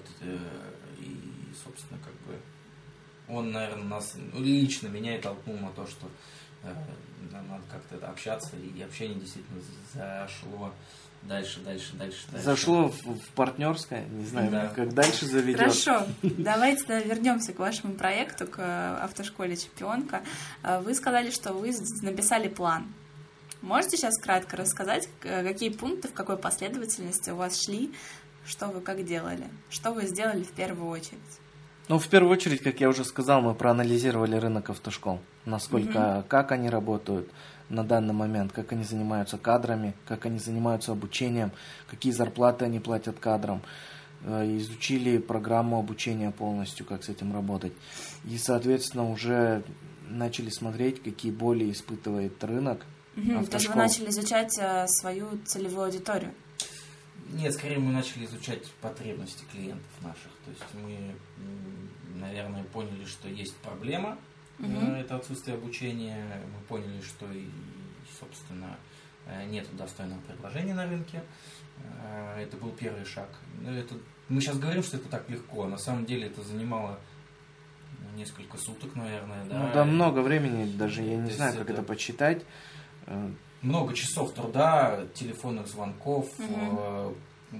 и, собственно, как бы он, наверное, нас, лично меня и толкнул на то, что э, надо как-то общаться, и общение действительно зашло дальше, дальше, дальше, дальше. Зашло в, в партнерское, не знаю, да. как дальше заведет. Хорошо, давайте тогда вернемся к вашему проекту, к автошколе «Чемпионка». Вы сказали, что вы написали план. Можете сейчас кратко рассказать, какие пункты, в какой последовательности у вас шли, что вы как делали, что вы сделали в первую очередь? Ну, в первую очередь, как я уже сказал, мы проанализировали рынок автошкол, насколько, mm-hmm. как они работают на данный момент, как они занимаются кадрами, как они занимаются обучением, какие зарплаты они платят кадрам. Изучили программу обучения полностью, как с этим работать. И, соответственно, уже начали смотреть, какие боли испытывает рынок mm-hmm. автошкол. То есть вы начали изучать а, свою целевую аудиторию? Нет, скорее мы начали изучать потребности клиентов наших. То есть мы, наверное, поняли, что есть проблема, uh-huh. это отсутствие обучения. Мы поняли, что, и, собственно, нет достойного предложения на рынке. Это был первый шаг. Это, мы сейчас говорим, что это так легко. На самом деле это занимало несколько суток, наверное. Да, ну, да много времени, даже я не знаю, как это подсчитать. Много часов труда, телефонных звонков, угу.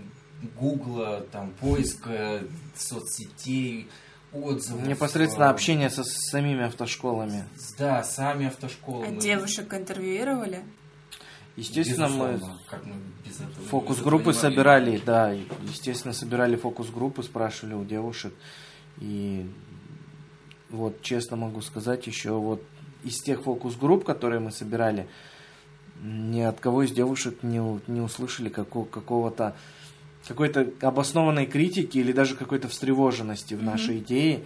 гугла, там, поиска соцсетей, отзывов. Непосредственно общение со с самими автошколами. Да, сами автошколы. А мы... девушек интервьюировали? Естественно, Безусловно, мы, как мы без этого, фокус-группы без этого собирали, да, естественно, собирали фокус-группы, спрашивали у девушек. И вот, честно могу сказать, еще вот из тех фокус-групп, которые мы собирали, ни от кого из девушек не, не услышали какого, какого-то какой-то обоснованной критики или даже какой-то встревоженности в Mm-hmm. нашей идее.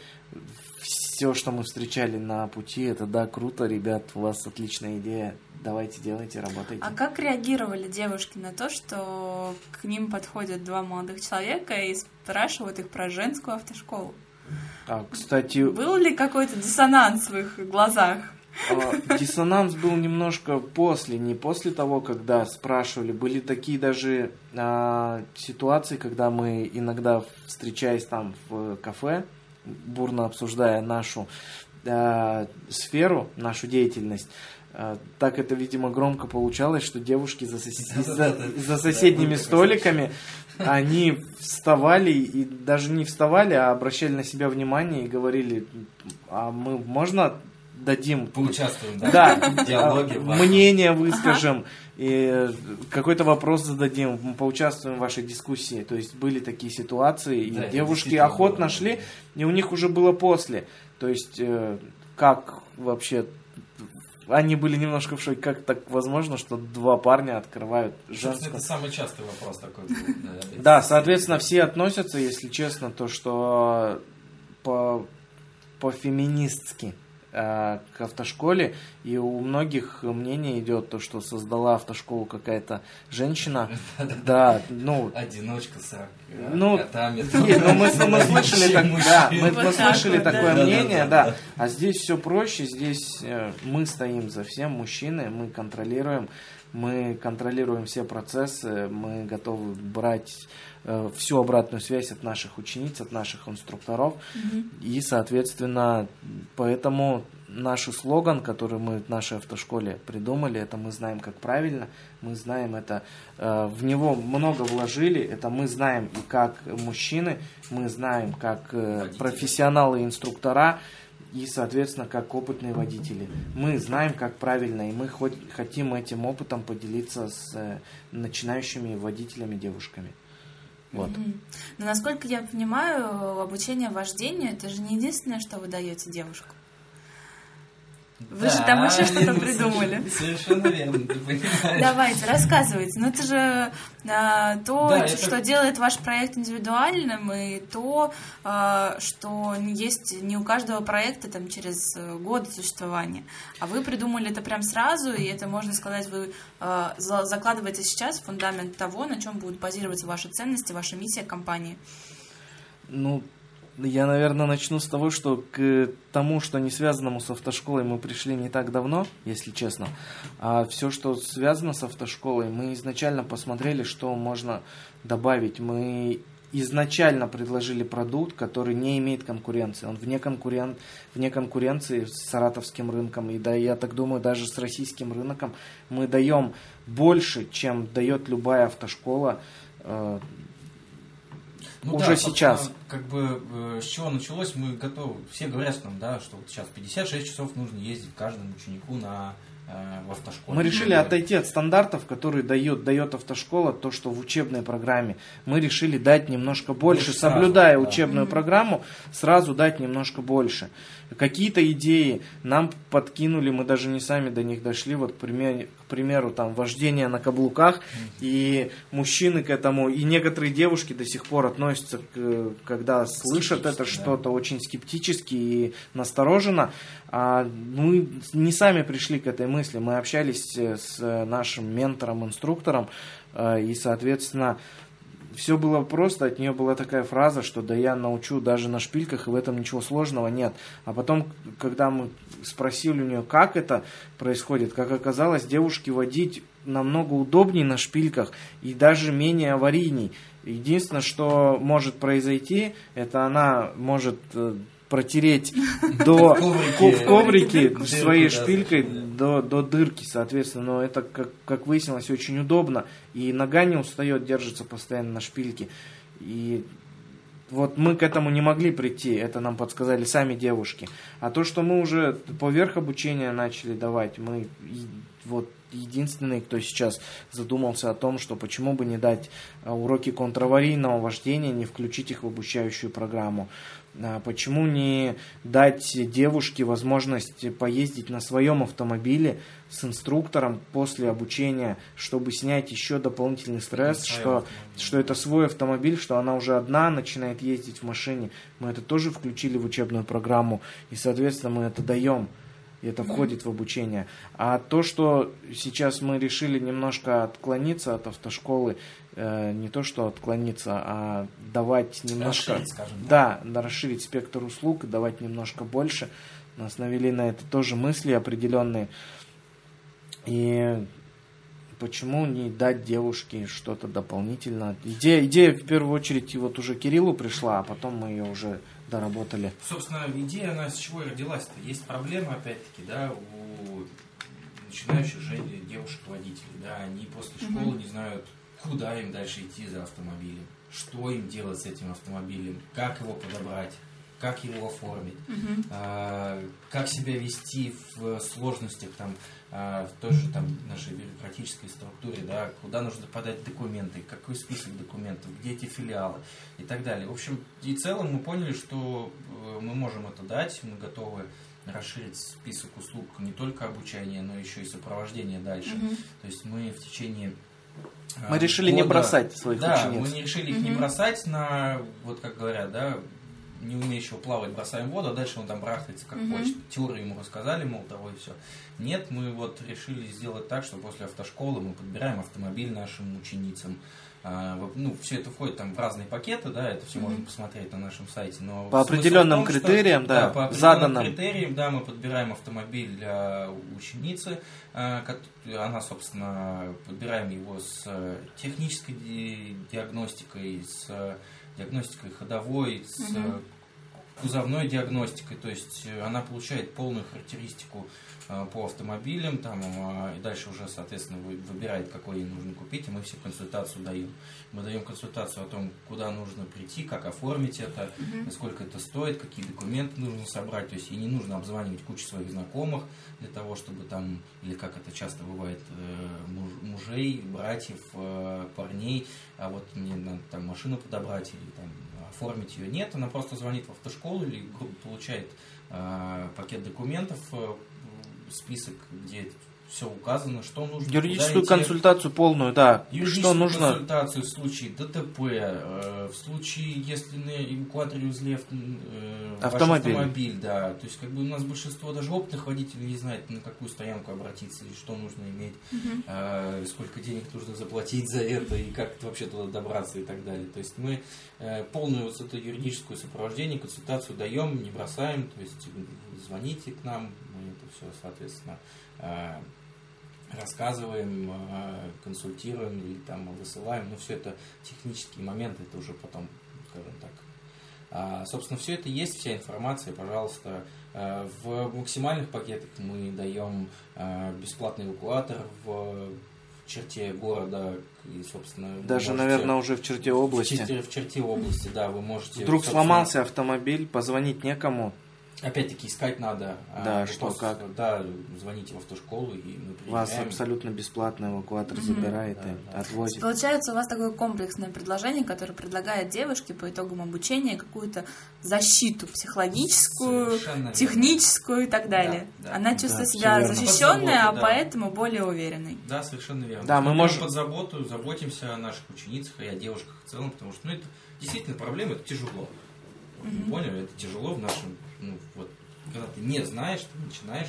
Все, что мы встречали на пути, это да, круто, ребят, у вас отличная идея, давайте делайте, работайте. А как реагировали девушки на то, что к ним подходят два молодых человека и спрашивают их про женскую автошколу? А, кстати... Был ли какой-то диссонанс в их глазах? Диссонанс был немножко после, не после того, когда спрашивали. Были такие даже а, ситуации, когда мы иногда, встречаясь там в кафе, бурно обсуждая нашу а, сферу, нашу деятельность, а, так это, видимо, громко получалось, что девушки за, сос... за, за соседними столиками, они вставали и даже не вставали, а обращали на себя внимание и говорили: а мы можно дадим... Поучаствуем, да? Да, в диалоге. Мнение выскажем, и какой-то вопрос зададим, мы поучаствуем в вашей дискуссии. То есть были такие ситуации, и Да, девушки охотно шли, и у них уже было после. То есть как вообще... Они были немножко в шоке, как так возможно, что два парня открывают женскую... Это самый частый вопрос такой. Да, соответственно, все относятся, если честно, то, что по, по-феминистски к автошколе, и у многих мнение идет то, что создала автошколу какая-то женщина. Да, ну... Одиночка с ну, котами. Ну, мы, мы слышали, так, да, мы, мы слышали вот, такое да. мнение, да, да, да. да. А здесь все проще, здесь мы стоим за всем, мужчины, мы контролируем, мы контролируем все процессы, мы готовы брать э, всю обратную связь от наших учениц, от наших инструкторов. Mm-hmm. И, соответственно, поэтому наш слоган, который мы в нашей автошколе придумали, это «Мы знаем, как правильно», мы знаем это, э, в него много вложили, это мы знаем и как мужчины, мы знаем как э, профессионалы и инструктора, и, соответственно, как опытные водители. Мы знаем, как правильно, и мы хоть, хотим этим опытом поделиться с э, начинающими водителями, девушками. Вот. Mm-hmm. Но, насколько я понимаю, обучение вождению — это же не единственное, что вы даете девушкам. Вы да, же там еще что-то ну, придумали. Совершенно верно, ты понимаешь. Давайте, рассказывайте. Ну, это же а, то, Да, что это... делает ваш проект индивидуальным, и то, а, что есть не у каждого проекта там через годы существования. А вы придумали это прям сразу, и это, можно сказать, вы а, закладываете сейчас фундамент того, на чем будут базироваться ваши ценности, ваша миссия компании. Ну, я, наверное, начну с того, что к тому, что не связанному с автошколой, мы пришли не так давно, если честно. А все, что связано с автошколой, мы изначально посмотрели, что можно добавить. Мы изначально предложили продукт, который не имеет конкуренции. Он вне, конкурен... вне конкуренции с саратовским рынком. И да, я так думаю, даже с российским рынком. Мы даем больше, чем дает любая автошкола Ну, уже да, сейчас. Как бы э, с чего началось, мы готовы. Все говорят нам, да, что вот сейчас пятьдесят шесть часов нужно ездить каждому ученику на, э, в автошколе. Мы решили отойти от стандартов, которые дает, дает автошкола, то, что в учебной программе. Мы решили дать немножко больше, больше соблюдая сразу, да. учебную Mm-hmm. программу, сразу дать немножко больше. Какие-то идеи нам подкинули, мы даже не сами до них дошли. Вот, к примеру, к примеру там вождение на каблуках, mm-hmm. и мужчины к этому, и некоторые девушки до сих пор относятся, к, когда слышат это что-то, да. очень скептически и настороженно. А мы не сами пришли к этой мысли, мы общались с нашим ментором, инструктором, и, соответственно, все было просто, от нее была такая фраза, что да я научу даже на шпильках, и в этом ничего сложного нет. А потом, когда мы спросили у нее, как это происходит, как оказалось, девушке водить намного удобнее на шпильках и даже менее аварийней. Единственное, что может произойти, это она может протереть до в коврике своей шпилькой до, до дырки, соответственно. Но это, как, как выяснилось, очень удобно. И нога не устает, держится постоянно на шпильке. И вот мы к этому не могли прийти, это нам подсказали сами девушки. А то, что мы уже поверх обучения начали давать, мы вот единственный, кто сейчас задумался о том, что почему бы не дать уроки контраварийного вождения, не включить их в обучающую программу. Почему не дать девушке возможность поездить на своем автомобиле с инструктором после обучения, чтобы снять еще дополнительный стресс, что, что это свой автомобиль, что она уже одна начинает ездить в машине. Мы это тоже включили в учебную программу, и, соответственно, мы это даем. И это входит в обучение. А то, что сейчас мы решили немножко отклониться от автошколы, э, не то что отклониться, а давать немножко... Расширить, скажем. Да, да, расширить спектр услуг, давать немножко больше. Нас навели на это тоже мысли определенные. И почему не дать девушке что-то дополнительно? Идея, идея в первую очередь вот уже Кириллу пришла, а потом мы ее уже доработали. Собственно, идея, она с чего и родилась-то? Есть проблема, опять-таки, да, у начинающих же девушек-водителей, да, они после школы не знают, куда им дальше идти за автомобилем, что им делать с этим автомобилем, как его подобрать, как его оформить, Мгм. а, как себя вести в сложностях, там, а, в той же там нашей бюрократической структуре, да, куда нужно подать документы, какой список документов, где эти филиалы и так далее. В общем, и в целом мы поняли, что э, мы можем это дать, мы готовы расширить список услуг не только обучения, но еще и сопровождения дальше. Мгм. То есть мы в течение э, Мы решили не года- бросать своих да, учениц. мы не решили их не Мгм. бросать на, вот как говорят, да, не умеющего плавать бросаем в воду, а дальше он там барахтается как Мгм. хочет. Теорию ему рассказали, мол, того и все. Нет, мы вот решили сделать так, что после автошколы мы подбираем автомобиль нашим ученицам. А, вот, ну, все это входит там в разные пакеты, да, это все Мгм. можно посмотреть на нашем сайте. Но По смысл определенным в том, что- критериям, да, по определенным заданным. критериям, да, мы подбираем автомобиль для ученицы, а, кот- она, собственно, подбираем его с э, технической ди- диагностикой, с э, диагностикой ходовой, с Мгм. э, кузовной диагностикой, то есть э, она получает полную характеристику э, по автомобилям, там, э, и дальше уже, соответственно, вы- выбирает, какой ей нужно купить, и мы все консультацию даем. Мы даем консультацию о том, куда нужно прийти, как оформить это, Мгм. сколько это стоит, какие документы нужно собрать, то есть ей не нужно обзванивать кучу своих знакомых для того, чтобы там, или как это часто бывает, э, муж- мужей, братьев, э, парней, а вот мне надо там машину подобрать или там оформить ее. Нет, она просто звонит в автошколу или грубо получает э, пакет документов, э, список, где все указано, что нужно. Юридическую куда идти. консультацию полную, да. Юридическую Что нужно? консультацию в случае ДТП, э, в случае, если на эвакуаторе узлев э, ваш Автомобиль. автомобиль, да. То есть, как бы у нас большинство даже опытных водителей не знает, на какую стоянку обратиться и что нужно иметь, Мгм. э, сколько денег нужно заплатить за это и как вообще туда добраться и так далее. То есть мы э, полную вот эту юридическую сопровождение, консультацию даем, не бросаем, то есть звоните к нам, мы это все, соответственно, э, рассказываем, э, консультируем или там высылаем, но все это технические моменты, это уже потом, скажем так. А, собственно, все это есть, вся информация, пожалуйста. Э, В максимальных пакетах мы даем э, бесплатный эвакуатор в черте города и, собственно, вы Даже, можете- наверное, уже в черте в области. черте, в черте области, да, вы можете. Вдруг собственно, сломался автомобиль, позвонить некому. Опять-таки искать надо. а, Да, вы что, просто, как. Да, звоните в автошколу, и мы Вас приезжаем. абсолютно бесплатно эвакуатор забирает Да, и да. отвозит. Получается, у вас такое комплексное предложение, которое предлагает девушке по итогам обучения какую-то защиту психологическую, Совершенно верно. техническую и так далее. Да, да. Она чувствует Да, всё себя верно. защищенной, Под а заботой, да. поэтому более уверенной. Да, совершенно верно. Да, мы Смотрим можем- под заботу, заботимся о наших ученицах и о девушках в целом, потому что, ну, это действительно проблема, это тяжело. Вот, вы поняли, это тяжело в нашем, ну, вот, когда ты не знаешь, ты начинаешь,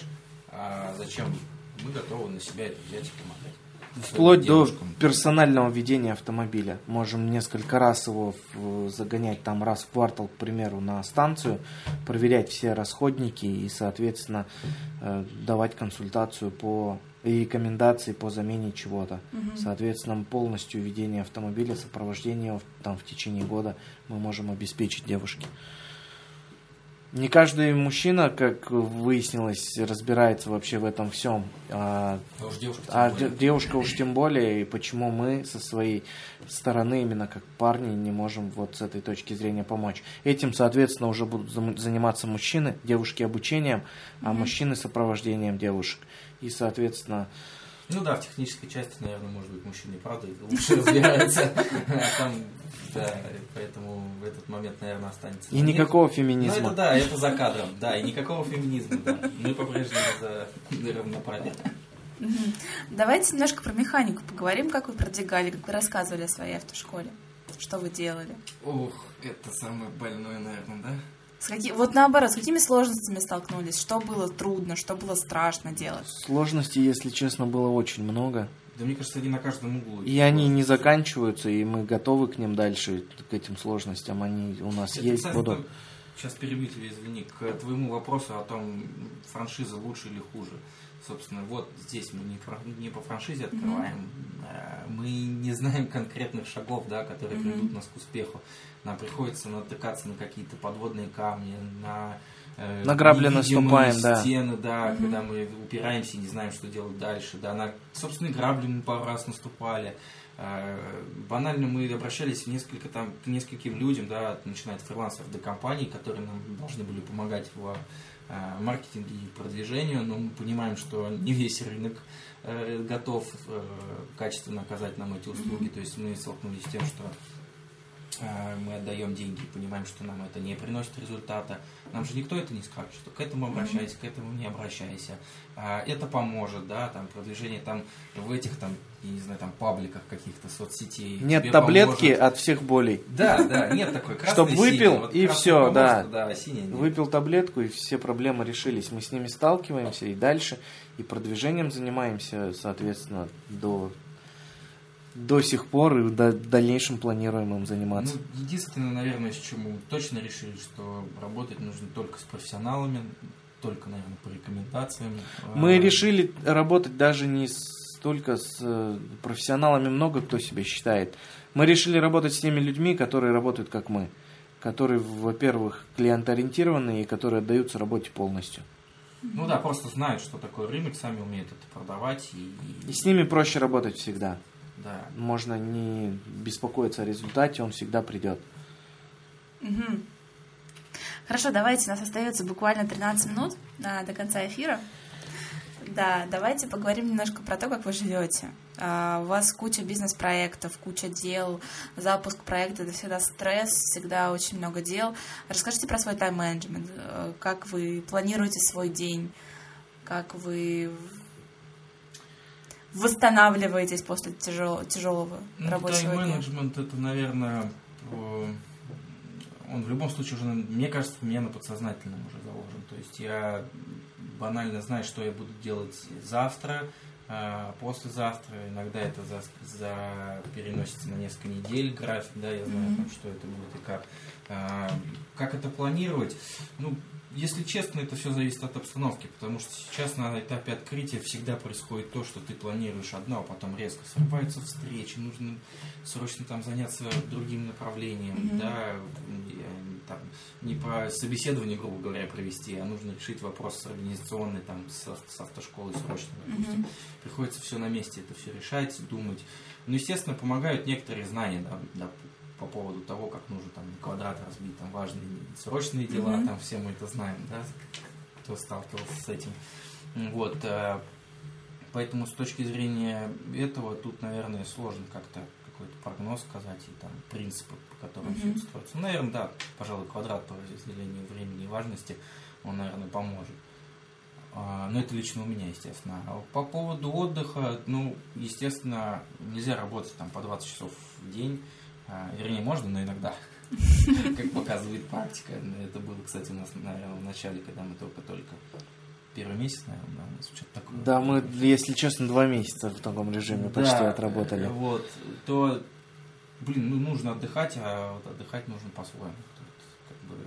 а зачем? Мы готовы на себя это взять и помогать. Вплоть до Девушкам. персонального ведения автомобиля. Можем несколько раз его в- загонять там раз в квартал, к примеру, на станцию, проверять все расходники и, соответственно, э, давать консультацию по и рекомендации по замене чего-то. Соответственно, полностью ведение автомобиля, сопровождение его там в течение года мы можем обеспечить девушке. Не каждый мужчина, как выяснилось, разбирается вообще в этом всем. А, А уж девушка тем а более. де- девушка уж тем более, и почему мы со своей стороны, именно как парни, не можем вот с этой точки зрения помочь. Этим, соответственно, уже будут зам- заниматься мужчины, девушки обучением, а мужчины сопровождением девушек. И, соответственно, Ну да, в технической части, наверное, может быть, мужчины, правда, лучше разбираются. Там, да, поэтому в этот момент, наверное, останется. И никакого феминизма. Ну это да, это за кадром, да, и никакого феминизма, да. Мы по-прежнему за равноправие. Давайте немножко про механику поговорим, как вы продвигали, как вы рассказывали о своей автошколе, что вы делали. Ох, это самое больное, наверное, да? С каки... Вот наоборот, с какими сложностями столкнулись? Что было трудно, что было страшно делать? Сложностей, если честно, было очень много. Да мне кажется, они на каждом углу. И они не заканчиваются, и мы готовы к ним дальше, к этим сложностям. Они у нас Это, есть, кстати, будут. Сейчас перебью тебя, извини, к твоему вопросу о том, франшиза лучше или хуже. Собственно, вот здесь мы не, фран... не по франшизе открываем, mm-hmm. мы не знаем конкретных шагов, да, которые mm-hmm. приведут нас к успеху. Нам приходится натыкаться на какие-то подводные камни, на э, на грабли наступаем, стены, да, да mm-hmm. когда мы упираемся и не знаем, что делать дальше. Да, на собственные грабли мы пару раз наступали. Э, банально мы обращались в несколько, там, к нескольким людям, да, начиная от фрилансеров до компаний, которые нам должны были помогать в маркетинге и продвижению, но мы понимаем, что не весь рынок э, готов э, качественно оказать нам эти услуги. Mm-hmm. То есть мы столкнулись с тем, что э, мы отдаем деньги и понимаем, что нам это не приносит результата. Нам же никто это не скажет, что к этому обращайся, mm-hmm. к этому не обращайся. А, это поможет, да, там продвижение там в этих там, я не знаю, там пабликах каких-то соцсетей. Нет таблетки поможет. От всех болей. Да, да, нет такой красной. Чтоб выпил вот и все, да. да синяя, выпил таблетку и все проблемы решились. Мы с ними сталкиваемся и дальше, и продвижением занимаемся, соответственно, до, до сих пор и в дальнейшем планируем им заниматься. Ну, единственное, наверное, с чем мы точно решили, что работать нужно только с профессионалами, только, наверное, по рекомендациям. Мы решили работать даже не столько с профессионалами, много кто себя считает. Мы решили работать с теми людьми, которые работают как мы, которые, во-первых, клиентоориентированные и которые отдаются работе полностью. Ну да, просто знают, что такое рынок, сами умеют это продавать. И, и с ними проще работать всегда. Да. Можно не беспокоиться о результате, он всегда придет. Угу. Хорошо, давайте, у нас остается буквально тринадцать минут а, до конца эфира. Да, давайте поговорим немножко про то, как вы живете. А, у вас куча бизнес-проектов, куча дел, запуск проекта — это всегда стресс, всегда очень много дел. Расскажите про свой тайм-менеджмент, как вы планируете свой день, как вы восстанавливаетесь после тяжел, тяжелого ну, рабочего дня. Тайм-менеджмент — это, наверное, он в любом случае уже, мне кажется, у меня на подсознательном уже заложен. То есть я банально знаю, что я буду делать завтра, послезавтра. Иногда это за, за переносится на несколько недель график, да, я знаю, mm-hmm. там, что это будет и как. Как это планировать? Ну, если честно, это все зависит от обстановки, потому что сейчас на этапе открытия всегда происходит то, что ты планируешь одно, а потом резко срываются встречи, нужно срочно там заняться другим направлением, mm-hmm. да, там, не по собеседованию, грубо говоря, провести, а нужно решить вопрос организационный там с, с автошколой срочно, допустим. Mm-hmm. Приходится все на месте это все решать, думать. Ну, естественно, помогают некоторые знания, да, да, по поводу того, как нужно там квадрат разбить, там важные срочные дела, mm-hmm. там все мы это знаем, да, кто сталкивался с этим. Вот, поэтому с точки зрения этого тут, наверное, сложно как-то какой-то прогноз сказать и там принципы, по которым mm-hmm. все это строится. Ну, наверное, да, пожалуй, квадрат по разделению времени и важности, он, наверное, поможет. Но это лично у меня, естественно. А по поводу отдыха, ну, естественно, нельзя работать там по двадцать часов в день. Вернее, можно, но иногда, как показывает практика. Это было, кстати, у нас, наверное, в начале, когда мы только-только первый месяц, наверное, да, у нас что-то такое. Да, мы, если честно, два месяца в таком режиме почти да, отработали. Вот, то, блин, ну, нужно отдыхать, а вот отдыхать нужно по-своему. Как бы,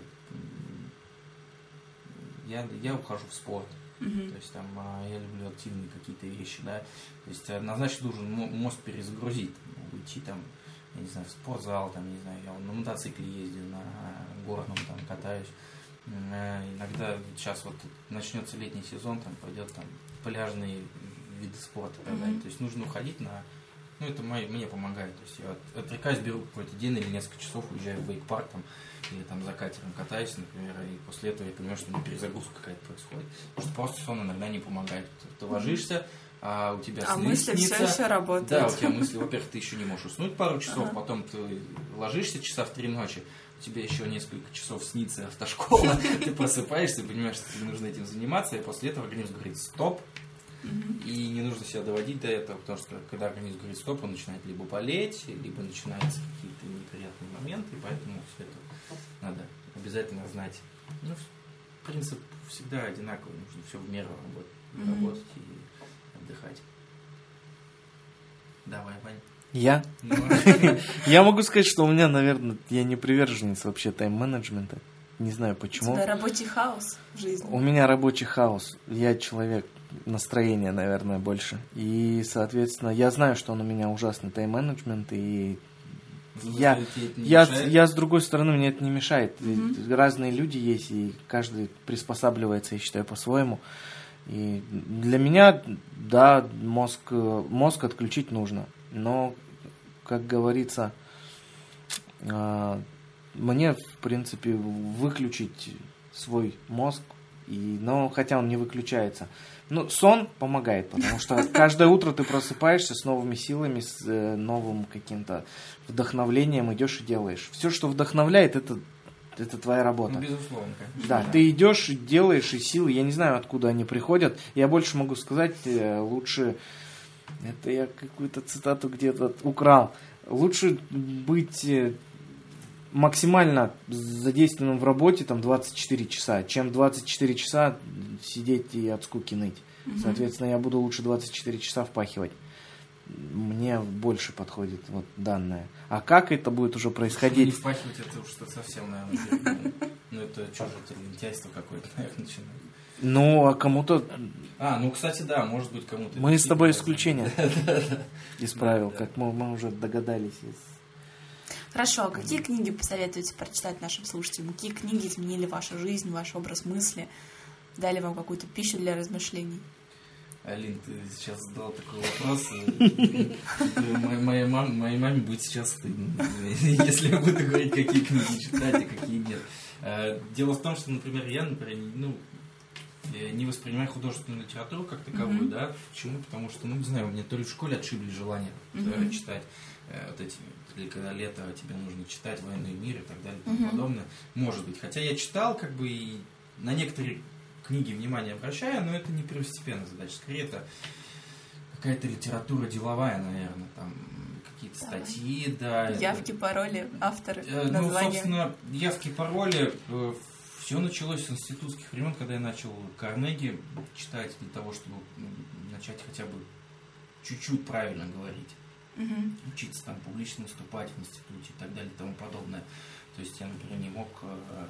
я, я ухожу в спорт. Uh-huh. То есть там я люблю активные какие-то вещи, да. То есть однозначно должен мозг перезагрузить, там, уйти там, я не знаю, в спортзал, там, не знаю, я на мотоцикле ездил, на горном там катаюсь. Иногда сейчас вот начнется летний сезон, там пойдет там пляжные виды спорта и так далее. Mm-hmm. То есть нужно уходить на... Ну, это мои, мне помогает. То есть я отрекаюсь, беру какой-то день или несколько часов, уезжаю в вейк-парк там, или там за катером катаюсь, например, и после этого я понимаю, что у меня перезагрузка какая-то происходит. Потому что просто сон иногда не помогает. Ты ложишься, а у тебя а сны мысли снится. все еще работают. Да, у тебя мысли, во-первых, ты еще не можешь уснуть пару часов, Ага. потом ты ложишься часа в три ночи, у тебя еще несколько часов снится автошкола, ты просыпаешься, понимаешь, что тебе нужно этим заниматься, и после этого организм говорит «стоп», и не нужно себя доводить до этого, потому что когда организм говорит «стоп», он начинает либо болеть, либо начинаются какие-то неприятные моменты, поэтому все это надо обязательно знать. Ну, принцип всегда одинаковый, нужно все в меру работать, Мгм. работать и отдыхать. Давай, Вань. Я? Ну, Я могу сказать, что у меня, наверное, я не приверженец вообще тайм-менеджмента. Не знаю У почему. тебя рабочий хаос в жизни. У меня рабочий хаос. Я человек настроения, наверное, больше. И, соответственно, я знаю, что он у меня ужасный тайм-менеджмент, и я, тебе это не я, мешает? я, с другой стороны, мне это не мешает. Мгм. Ведь разные люди есть, и каждый приспосабливается, я считаю, по-своему. И для меня, да, мозг, э, мозг отключить нужно. Но, как говорится, а, мне, в принципе, выключить свой мозг, и, но хотя он не выключается. Ну, сон помогает, потому что каждое утро ты просыпаешься с новыми силами, с э, новым каким-то вдохновлением, идешь и делаешь. Все, что вдохновляет, это, это твоя работа. Ну, безусловно, конечно. Да, ты идешь, и делаешь, и силы, я не знаю, откуда они приходят. Я больше могу сказать, э, лучше, это я какую-то цитату где-то украл, лучше быть э, максимально задействованным в работе там двадцать четыре часа, чем двадцать четыре часа сидеть и от скуки ныть. Мгм. Соответственно, я буду лучше двадцать четыре часа впахивать. Мне больше подходит вот данное. А как это будет уже Не происходить? впахивать это уж что совсем, наверное, перегнул. Ну, это что же, это лентяйство какое-то, наверное, начинает. Ну, а кому-то... А, ну, кстати, да, может быть, кому-то... Мы с тобой действительно исключение из правил, Да. как мы, мы уже догадались. из- Хорошо, а какие книги посоветуете прочитать нашим слушателям? Какие книги изменили вашу жизнь, ваш образ мысли? Дали вам какую-то пищу для размышлений? Алин, ты сейчас задал такой вопрос. э, моей- Моей маме, моей маме будет сейчас стыдно, если я буду говорить, какие книги читать, а какие нет. Э, Дело в том, что, например, я, например, ну, э, не воспринимаю художественную литературу как таковую, Мгм. да. Почему? Потому что, ну, не знаю, у меня то ли в школе отшибли желание э, Мгм. читать э, вот эти, или когда лето тебе нужно читать «Войну и мир» и так далее и тому Мгм. подобное. Может быть. Хотя я читал, как бы, и на некоторые книги внимание обращаю, но это не первостепенная задача. Скорее, это какая-то литература деловая, наверное, там какие-то Давай. статьи, да. это- Явки, пароли, авторы, Э, Ну, названия. собственно, явки, пароли, все началось с институтских времен, когда я начал Карнеги читать для того, чтобы м, начать хотя бы чуть-чуть правильно говорить. Мгм. Учиться там публично выступать в институте и так далее и тому подобное. То есть я, например, не мог э,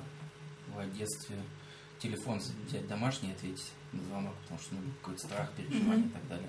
в детстве телефон взять домашний и ответить на звонок, потому что ну, был какой-то страх, переживание Мгм. и так далее.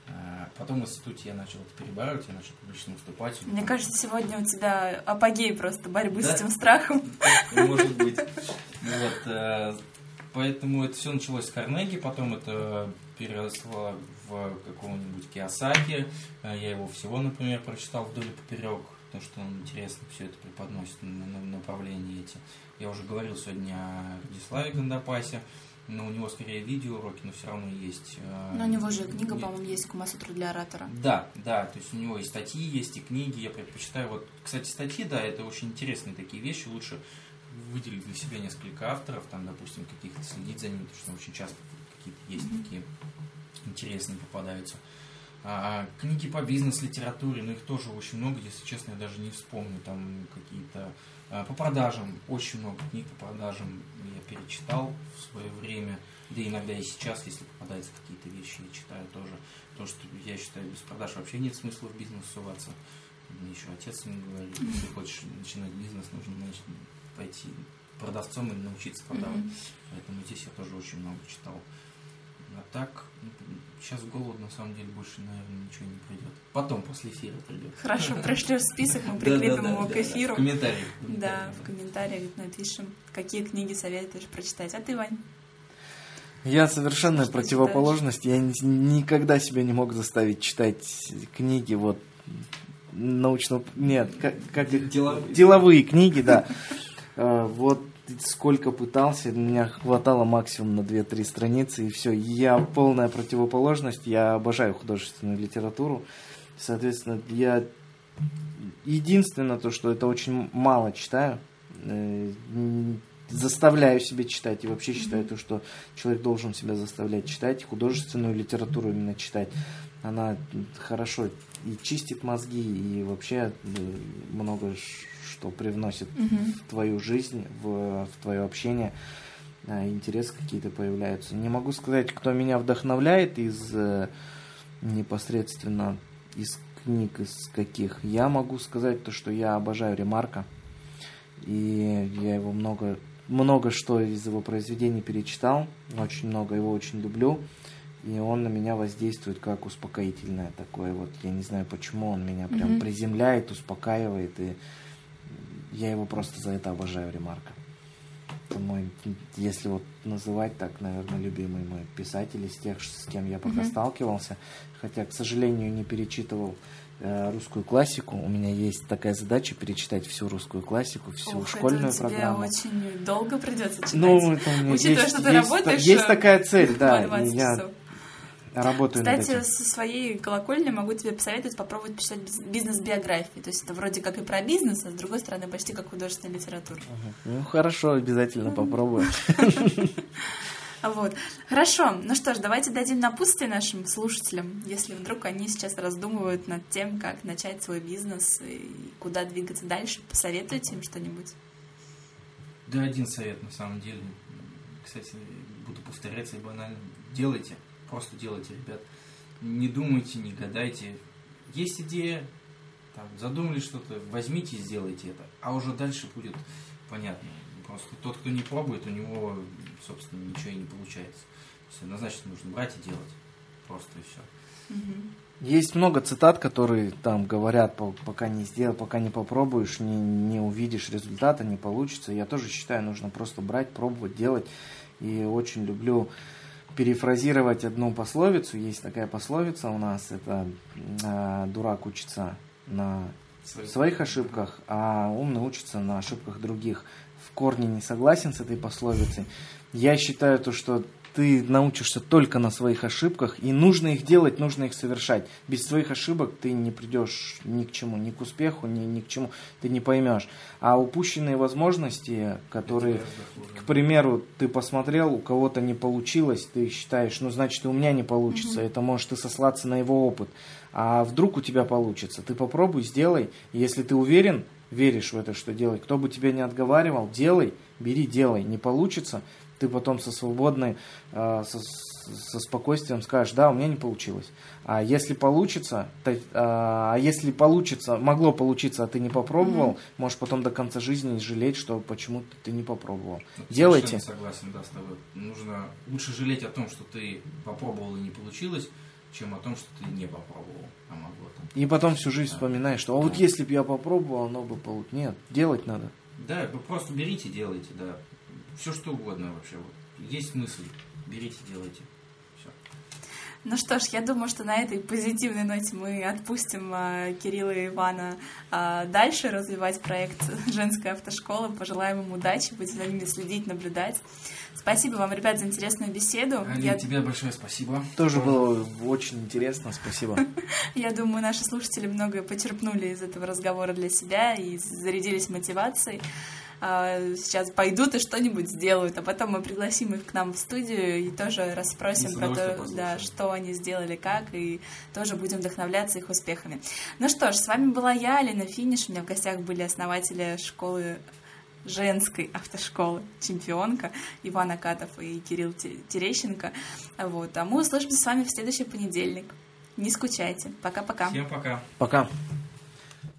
А потом в институте я начал это перебарывать, я начал публично выступать. Мне кажется, сегодня у тебя апогей просто борьбы Да? с этим страхом. Может быть. Вот, э, поэтому это все началось с Карнеги, потом это переросло в какого-нибудь Кийосаки. Э, Я его всего, например, прочитал вдоль и поперек, потому что он интересно все это преподносит на на- направления эти. Я уже говорил сегодня о Радиславе Гандапасе, но у него скорее видеоуроки, но все равно есть. э, Но у него же книга, не- по-моему, есть «Камасутра для оратора». Да, да, то есть у него и статьи есть, и книги, я предпочитаю. Вот, кстати, статьи, да, это очень интересные такие вещи, лучше выделить для себя несколько авторов, там, допустим, каких-то следить за ними, потому что очень часто какие-то есть Мгм. такие интересные попадаются. А, книги по бизнес-литературе, ну их тоже очень много, если честно, я даже не вспомню, там какие-то а, по продажам, очень много книг по продажам я перечитал в свое время, да и иногда и сейчас, если попадаются какие-то вещи, я читаю тоже, потому что я считаю, без продаж вообще нет смысла в бизнес суваться. Мне еще отец мне говорит, если хочешь начинать бизнес, нужно значит, пойти продавцом и научиться продавать. Мгм. Поэтому здесь я тоже очень много читал. А так, ну, сейчас в голову на самом деле больше, наверное, ничего не придет. Потом, после эфира придет. Хорошо, пришлешь список, мы прикрепим его к эфиру. В комментариях. Да, в комментариях напишем, какие книги советуешь прочитать. А ты, Вань? Я совершенно Что противоположность. Я ни- никогда себя не мог заставить читать книги, вот, научно... Нет, как, как их? Деловые. Деловые книги, да. Э, Вот сколько пытался, меня хватало максимум на две-три страницы, и все. Я полная противоположность, я обожаю художественную литературу. Соответственно, я единственное то, что это очень мало читаю, заставляю себя читать, и вообще считаю то, что человек должен себя заставлять читать, художественную литературу именно читать. Она хорошо и чистит мозги, и вообще много что привносит mm-hmm. в твою жизнь, в, в твое общение, интересы какие-то появляются. Не могу сказать, кто меня вдохновляет из непосредственно из книг, из каких. Я могу сказать то, что я обожаю Ремарка, и я его много, много что из его произведений перечитал, очень много его очень люблю. И он на меня воздействует как успокоительное такое вот. Я не знаю, почему он меня прям mm-hmm. приземляет, успокаивает. И я его просто за это обожаю, Ремарка. Это мой, если вот называть так, наверное, любимый мой писатель из тех, с кем я пока mm-hmm. сталкивался. Хотя, к сожалению, не перечитывал э, русскую классику. У меня есть такая задача перечитать всю русскую классику, всю Ох, школьную это тебе программу. очень долго придется читать. Ну, это у меня Учитывая, есть, что ты есть, работаешь... Есть такая цель, да. двадцать я часов. Работаю над Кстати, этим. со своей колокольни могу тебе посоветовать попробовать писать бизнес-биографии. То есть это вроде как и про бизнес, а с другой стороны почти как художественная литература. Uh-huh. Ну, хорошо, обязательно попробую. Вот. Хорошо. Ну что ж, давайте дадим напутствие нашим слушателям, если вдруг они сейчас раздумывают над тем, как начать свой бизнес и куда двигаться дальше. Посоветуйте им что-нибудь. Да, один совет на самом деле. Кстати, буду повторяться и банально. Делайте. Просто делайте, ребят. Не думайте, не гадайте. Есть идея, там, задумали что-то, возьмите и сделайте это. А уже дальше будет понятно. Просто тот, кто не пробует, у него, собственно, ничего и не получается. То есть однозначно нужно брать и делать. Просто и все. Угу. Есть много цитат, которые там говорят, пока не сделал, пока не попробуешь, не, не увидишь результата, не получится. Я тоже считаю, нужно просто брать, пробовать, делать. И очень люблю перефразировать одну пословицу. Есть такая пословица у нас, это э, дурак учится на Свои. своих ошибках, а умный учится на ошибках других. В корне не согласен с этой пословицей. Я считаю то, что ты научишься только на своих ошибках, и нужно их делать, нужно их совершать. Без своих ошибок ты не придешь ни к чему, ни к успеху, ни, ни к чему, ты не поймешь. А упущенные возможности, которые, к примеру, ты посмотрел, у кого-то не получилось, ты считаешь, ну, значит, и у меня не получится, mm-hmm. это можешь ты сослаться на его опыт. А вдруг у тебя получится? Ты попробуй, сделай, и если ты уверен, веришь в это, что делать, кто бы тебя не отговаривал, делай, бери, делай. Не получится, ты потом со свободной, э, со, со спокойствием скажешь, да, у меня не получилось. А если получится, то, э, а если получится, могло получиться, а ты не попробовал, mm-hmm. можешь потом до конца жизни жалеть, что почему-то ты не попробовал. Ну, делайте. Согласен, да, с тобой. Нужно лучше жалеть о том, что ты попробовал и не получилось, чем о том, что ты не попробовал, а могло там. И потом всю жизнь да. вспоминаешь, что а вот если бы я попробовал, оно бы получилось. Нет, делать надо. Да, вы просто берите, делайте, да. Все что угодно вообще. Вот. Есть мысль, берите, делайте. Все. Ну что ж, я думаю, что на этой позитивной ноте мы отпустим э, Кирилла и Ивана э, дальше развивать проект «Женская автошкола». Пожелаем им удачи, будем за ними следить, наблюдать. Спасибо вам, ребят, за интересную беседу. Алин, я... тебе большое спасибо. Тоже было очень интересно, спасибо. Я думаю, наши слушатели многое почерпнули из этого разговора для себя и зарядились мотивацией. Сейчас пойдут и что-нибудь сделают, а потом мы пригласим их к нам в студию и тоже расспросим про то, да, что они сделали, как, и тоже будем вдохновляться их успехами. Ну что ж, с вами была я, Алина Финиш. У меня в гостях были основатели школы, женской автошколы, чемпионка Иван Акатов и Кирилл Терещенко. Вот. А мы услышимся с вами в следующий понедельник. Не скучайте. Пока-пока. Всем пока. Пока.